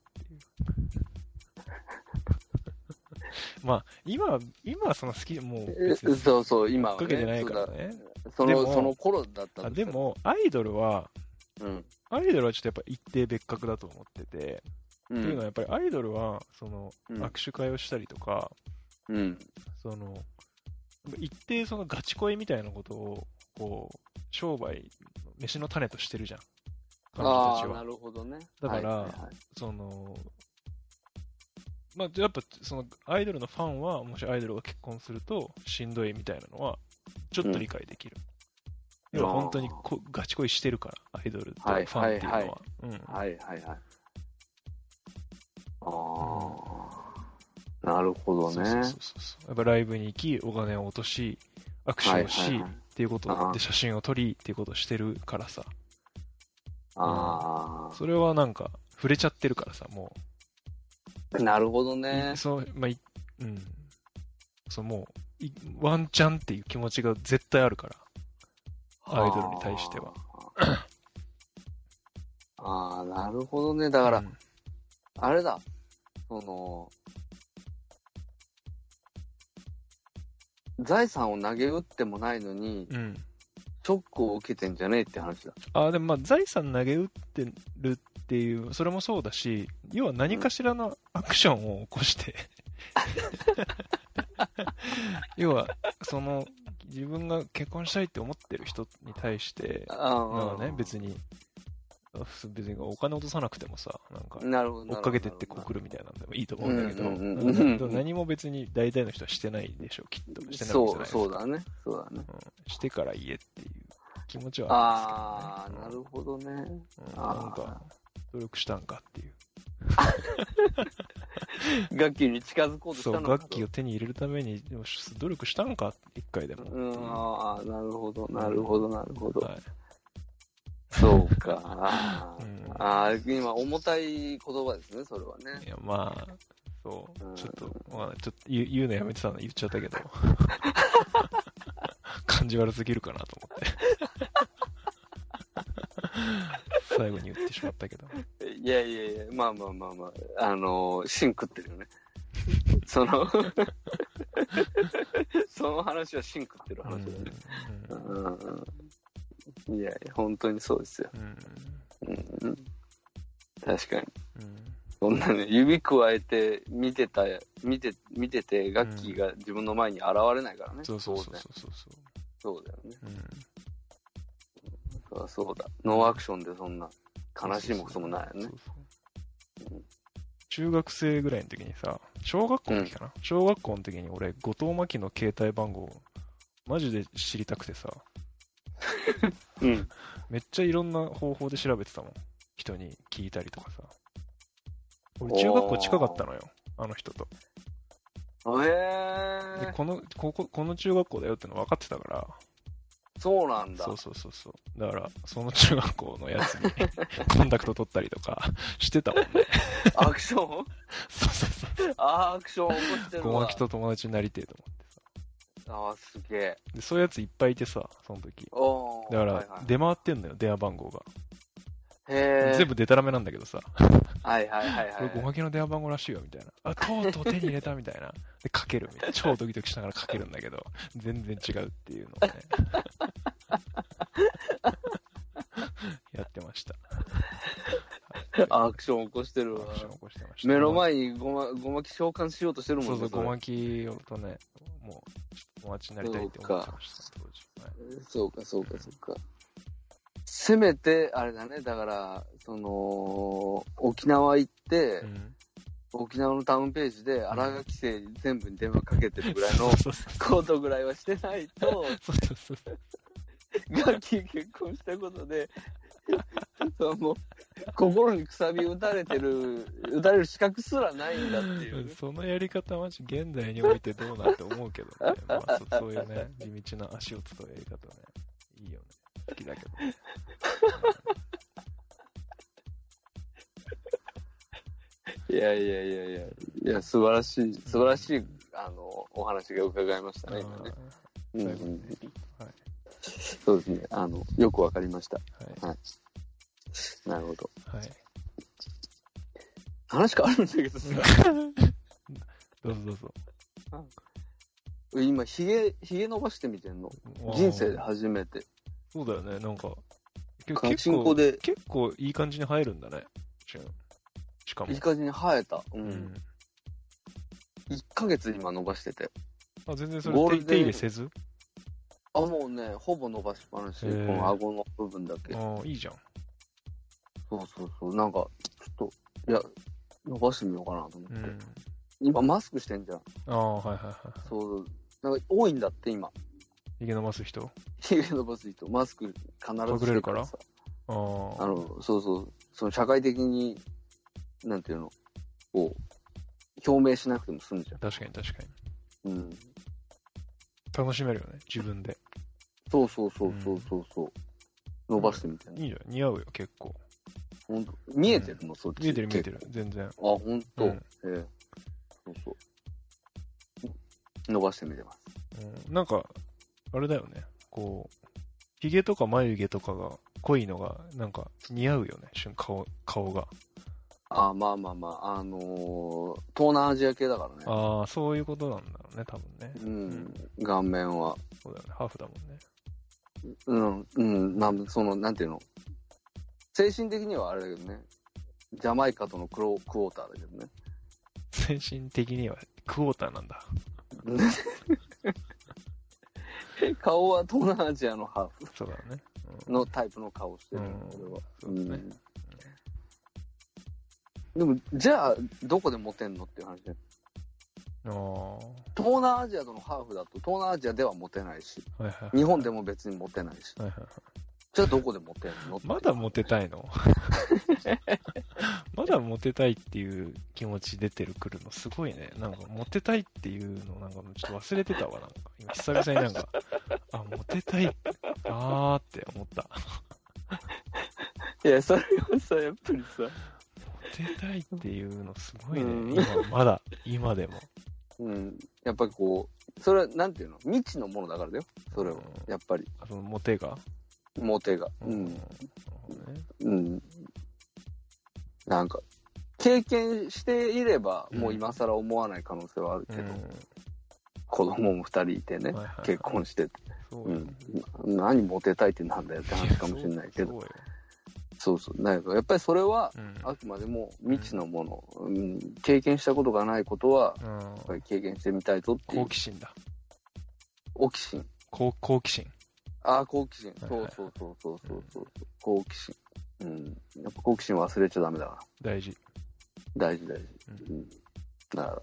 まあ、今、今はその好き、もう別に、 そうそう、今は、ね、 追っかけてないからね。 その、その頃だったんでも、アイドルは、 うん、 アイドルはちょっとやっぱ一定別格だと思ってて、うん、っていうのはやっぱりアイドルは、その、うん、握手会をしたりとか、うん、その、一定そのガチ恋みたいなことを、こう、商売、飯の種としてるじゃん。彼女たちは。 ああ、なるほどね。 だから、はいはいはい、その、まあ、やっぱ、その、アイドルのファンは、もしアイドルが結婚すると、しんどいみたいなのは、ちょっと理解できる。うん、要は本当にこガチ恋してるから、アイドルとファンっていうのは。はいはいはい。ああ、なるほどね。そうそうそうそう。やっぱライブに行き、お金を落とし、握手をし、はいはいはい、っていうことで、写真を撮りっていうことをしてるからさ。ああ、うん。それはなんか、触れちゃってるからさ、もう。なるほどね。 そう、まあ、うん。そう、もう、ワンチャンっていう気持ちが絶対あるから。アイドルに対しては。 ああ、なるほどね。だから、うん、あれだ。その、財産を投げ打ってもないのに、うん、ショックを受けてんじゃねえって話だ。 ああ、でもまあ、財産投げ打ってるっていう、それもそうだし、要は何かしらのアクションを起こして、うん、要は、その、自分が結婚したいって思ってる人に対して、なんかね、別に、別にお金落とさなくてもさ、なんか、追っかけてってこう来るみたいなんでもいいと思うんだけど、何も別に大体の人はしてないでしょう、きっと。してないわけじゃないですか。 そう、そうだね。そうだね、 うん。してから言えっていう気持ちはあるんですけどね。ああ、なるほどね。 うん、なんか、努力したんかっていう。 楽器に近づこうとしたのか。 そう、楽器を手に入れるために努力したんか、一回でも。 うん、ああ、なるほど、なるほど、なるほど。はい、そうか。うん、ああ、今、重たい言葉ですね、それはね。 いや、まあ、そう、うん、ちょっと、まあ、ちょっと言う、言うのやめてたの言っちゃったけど。感じ悪すぎるかなと思って。最後に言ってしまったけど。 いやいやいや、まあまあまあまあ、あのー、芯食ってるよね。その、その話は芯食ってる話だよね。うんうん、いやいや、本当にそうですよ。うんうん、確かに。うん、そんなね、指くわえて見てた、見て、見てて、ガッキーが自分の前に現れないからね。うん、 そうそうそうそうそう。 そうだよね。うん、そうだ。ノーアクションでそんな悲しいもクソもないよね。そうそうそう、うん、中学生ぐらいの時にさ、小学校の時かな、うん、小学校の時に俺、後藤真希の携帯番号、マジで知りたくてさ、うん、めっちゃいろんな方法で調べてたもん。人に聞いたりとかさ。俺、中学校近かったのよ、あの人と。 へー。 で、この、ここ、この中学校だよっての分かってたから、 そうなんだ。 そうそうそうそう。だから、その中学校のやつにコンタクト取ったりとかしてたもんね。 アクションそうそうそう。 あー、アクション起こしてるわ。 ごまきと友達になりてえと思ってさ。あー、すげえ。 で、そういうやついっぱいいてさ、その時。 おー。 だから、出回ってんのよ、電話番号が。 へー。 全部デタラメなんだけどさ。 はいはいはいはい。 これごまきの電話番号らしいよ、みたいな。あ、とうとう手に入れたみたいな。で、かけるみたいな。超ドキドキしながらかけるんだけど、全然違うっていうのをね。やってました。 アクション起こしてるわ。 アクション起こしてました。 目の前にごま、ごまき召喚しようとしてるもんね。 そうそう、ごまきとね、もう、友達になりたいって思ってました、当時。はい、 そうか、そうか、そうか。 せめて、あれだね、だから、その、沖縄行って、うん、沖縄のタウンページで新垣規制全部に電話かけてるぐらいのことぐらいはしてないと、ガッキー結婚したことで、その心にくさび打たれてる、打たれる資格すらないんだっていう、ね。 そのやり方は現代においてどうなって思うけどね。まあ、そ, そういうね、地道な足を使うやり方はね、いいよね。好きだけど。 いやいやいやいや、いや、素晴らしい、素晴らしい、あの、お話が伺いましたね、今ね。うん、はい。そうですね、あの、よくわかりました。はい。はい、なるほど。はい。話変わるんだけどさ。 どうぞどうぞ。 今、ひげ、ひげ伸ばしてみてんの。人生で初めて。 そうだよね、なんか。 結構で。 結構いい感じに生えるんだね。しかも。 いい感じに生えた。うん。うん、いっかげつ今伸ばしてて。 あ、全然それ手入れせず？ あ、もうね、ほぼ伸ばしっぱなし。この顎の部分だけ。 ああ、いいじゃん。 そうそうそう。なんか、ちょっと、いや、伸ばしてみようかなと思って。うん、今、マスクしてんじゃん。 ああ、はいはいはい。 そう。なんか、多いんだって、今。 ひげ伸ばす人？ ひげ伸ばす人。マスク必ずしてるからさ。 ああ。あの、そうそう。その社会的に、なんていうの、こう、表明しなくても済むじゃん。 確かに確かに。うん。 楽しめるよね、自分で。 そうそうそうそうそうそう、うん。伸ばしてみて、ね。 いいじゃん、似合うよ、結構。 ほんと、見えてるの、うん、そっち。 見えてる見えてる、全然。あ、 ほんと。うん、ええ。そうそう。伸ばしてみてます。 うん、なんか、あれだよね、こう、髭とか眉毛とかが濃いのが、なんか似合うよね、顔、顔が。 ああ、まあまあまあ、あのー、東南アジア系だからね。 ああ、そういうことなんだろうね、多分ね。 うん、うん、顔面は。 そうだよね、ハーフだもんね。 うん、うん、まあ、その、なんていうの、精神的にはあれだけどね、ジャマイカとのクロクォーターだけどね。 精神的にはクォーターなんだ。 顔は東南アジアのハーフ。 そうだね。 うん、のタイプの顔してるんだけど、 うん、そうだね。 でも、じゃあ、どこでモテんのっていう話ね。 あ東南アジアとのハーフだと、東南アジアではモテないし、はいはいはい、日本でも別にモテないし。はいはいはい、じゃあ、どこでモテんの？ まだモテたいの？まだモテたいっていう気持ち出てるくるのすごいね。なんか、モテたいっていうのなんかちょっと忘れてたわ。なんか、今久々になんか、あ、モテたい、あーって思った。 いや、それはさ、やっぱりさ、 モテたいっていうのすごいね。うん、今、まだ、今でも。 うん。やっぱりこう、それはなんていうの？未知のものだからだよ。それは。うん、やっぱり。 あ、そのモテが？ モテが。うん。うん。うん、なんか、経験していれば、もう今更思わない可能性はあるけど、うん、子供も二人いてね、はいはいはい、結婚してて。ううん、何モテたいってなんだよって話かもしれないけど。そうそう。だけど、やっぱりそれは、あくまでも未知のもの、うん、経験したことがないことは、うん、やっぱり経験してみたいぞっていう。 好奇心だ。 好奇心。 好好奇心。 ああ、好奇心。そうそうそうそうそうそう、うん、好奇心。うん。やっぱ好奇心忘れちゃダメだから。 大事。 大事大事。うん。うん、だから。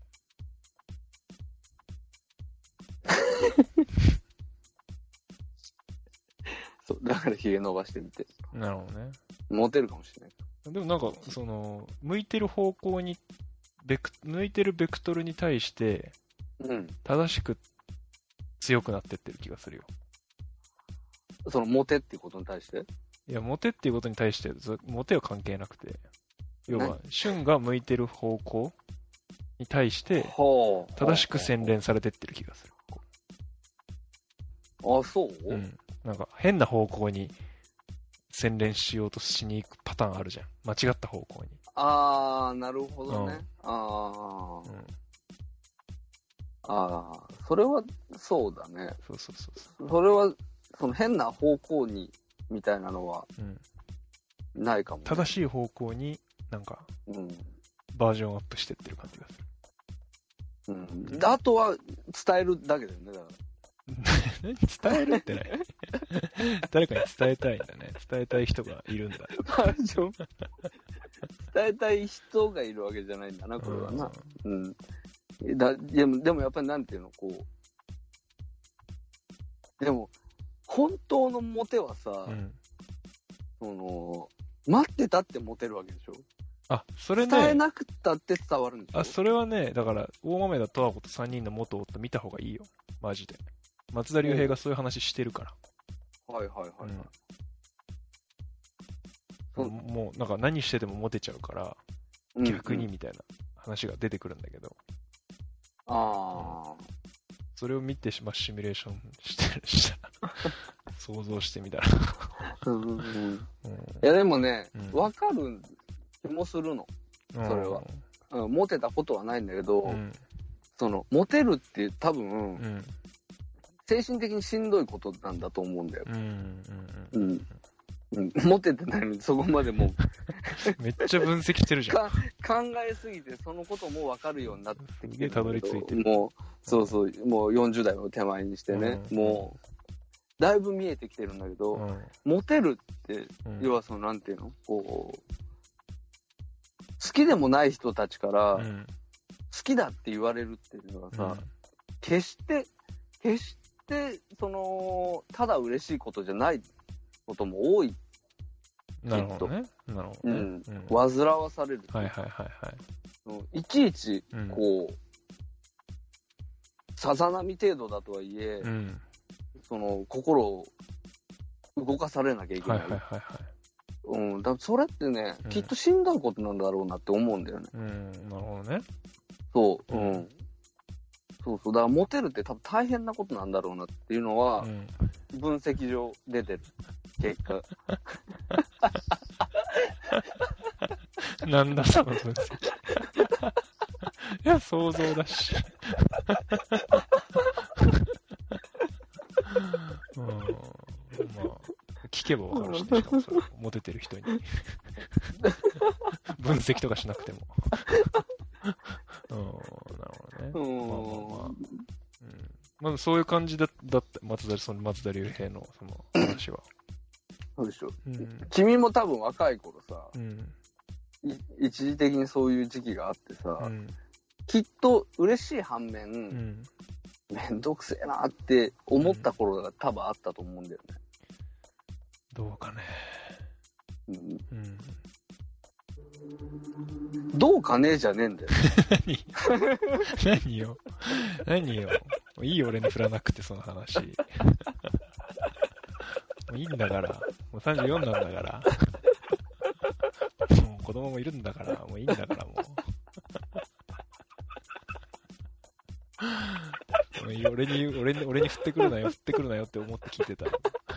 そう、だからヒゲ伸ばしてみて。 なるほどね。 モテるかもしれない。 でもなんか、その、向いてる方向に、ベク、向いてるベクトルに対して、うん。正しく強くなってってる気がするよ。 その、モテっていうことに対して？ いや、モテっていうことに対して、モテは関係なくて、要は、旬が向いてる方向に対して、正しく洗練されてってる気がする。 あ、そう？ うん。なんか、変な方向に洗練しようとしに行くパターンあるじゃん。間違った方向に。 あー、なるほどね。うん、あー。うん、あー、それは、そうだね。 そうそうそうそう。 それは、その変な方向に、みたいなのは、ないかも、ね、 正しい方向になんか、うん、バージョンアップしてってる感じがする。 うん。あとは、伝えるだけだよね、だから。 伝えるってない。誰かに伝えたいんだね。伝えたい人がいるんだ。 バージョン伝えたい人がいるわけじゃないんだな、これはな。うん。うん、だでも、でもやっぱりなんていうの、こう。でも、本当のモテはさ、うん、その、待ってたってモテるわけでしょ。 あ、それね。 伝えなくたって伝わるんでしょ。 あ、それはね、だから、大豆田十和子とさんにんの元夫見た方がいいよ。マジで。松田龍平がそういう話してるから。 はいはいはい、はいうん、もう、なんか何しててもモテちゃうから、うんうん、逆にみたいな話が出てくるんだけど。 ああ。 それを見てしまシミュレーションしてしたら想像してみたらうんうん、うん、いやでもね、わ、うん、かる気もするの、それは、うん、モテたことはないんだけど、うん、そのモテるって多分、うん、精神的にしんどいことなんだと思うんだよ、うんうんうんうん、モテてないのにそこまでもうめっちゃ分析してるじゃん考えすぎてそのことも分かるようになってきてるたどり着いてるもうそうそうもうよんじゅう代を手前にしてね、うん、もうだいぶ見えてきてるんだけど、うん、モテるって、うん、要はそのなんていうのこう好きでもない人たちから、うん、好きだって言われるっていうのはさ、うん、決して決してそのただ嬉しいことじゃないことも多い。 なるほどね。なるほどね。うん。 うん、煩わされる。 はいはいはいはい。 いちいち、こう、うん、さざ波程度だとはいえ、うん、その、心を動かされなきゃいけない。はいはいはい、はい。うん。だからそれってね、うん、きっとしんどいことなんだろうなって思うんだよね。 うん。なるほどね。 そう。うん。うん、そうそう。だからモテるって多分大変なことなんだろうなっていうのは、うん、分析上出てる。結果。 なんだその分析。いや、想像だし。うん、まあ、聞けばわかるしね、しかもそれ、モテてる人に。分析とかしなくても。うん、なるほどね。まあまあまあ。うんまあ、そういう感じだだった松田その松田龍平のその話は。 そうでしょ、うん。君も多分若い頃さ、うん、一時的にそういう時期があってさ、うん、きっと嬉しい反面、うん、めんどくせえなって思った頃が多分あったと思うんだよね。 どうかね。うんうんどうかねえじゃねえんだよ。 何何よ。何よ。もういいよ、俺に振らなくて、その話。もういいんだから。もうさんじゅうよんなんだから。もう子供もいるんだから、もういいんだから、もう。もういい俺に、俺に、俺に振ってくるなよ、振ってくるなよって思って聞いてた。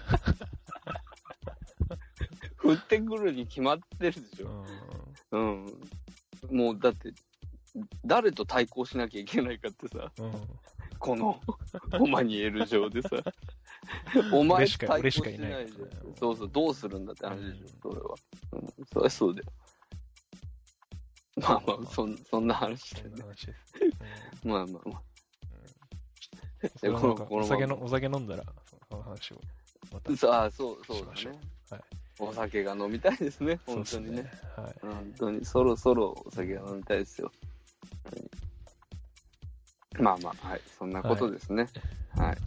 振ってくるに決まってるでしょ。うん。うん、もうだって、誰と対抗しなきゃいけないかってさ、うん、このオマニエル上でさ、お前と対抗しないで、そうそう、どうするんだって話でしょ、それは。うん、そりゃそうだよ。まあまあ、そんそんな話だよね。まあまあまあ。 うん、このこのお酒のお酒飲んだら、その話をまた。 ああ、そう、そうだね。はい。お酒が飲みたいですね、本当にね。はい、本当に、そろそろお酒が飲みたいですよ。はい、まあまあ、はい、そんなことですね。はい。はい、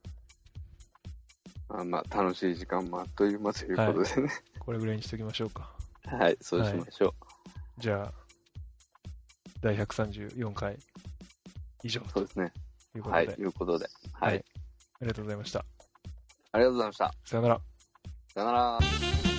まあまあ、楽しい時間もあっという間ということでね。はい、 これぐらいにしときましょうか。 はい、そうしましょう。はい、 じゃあ、だいひゃくさんじゅうよんかい以上そうですね。 ということで。 はい、いうことで。 はい。はい、ありがとうございました。 ありがとうございました。 さよなら。 さよなら。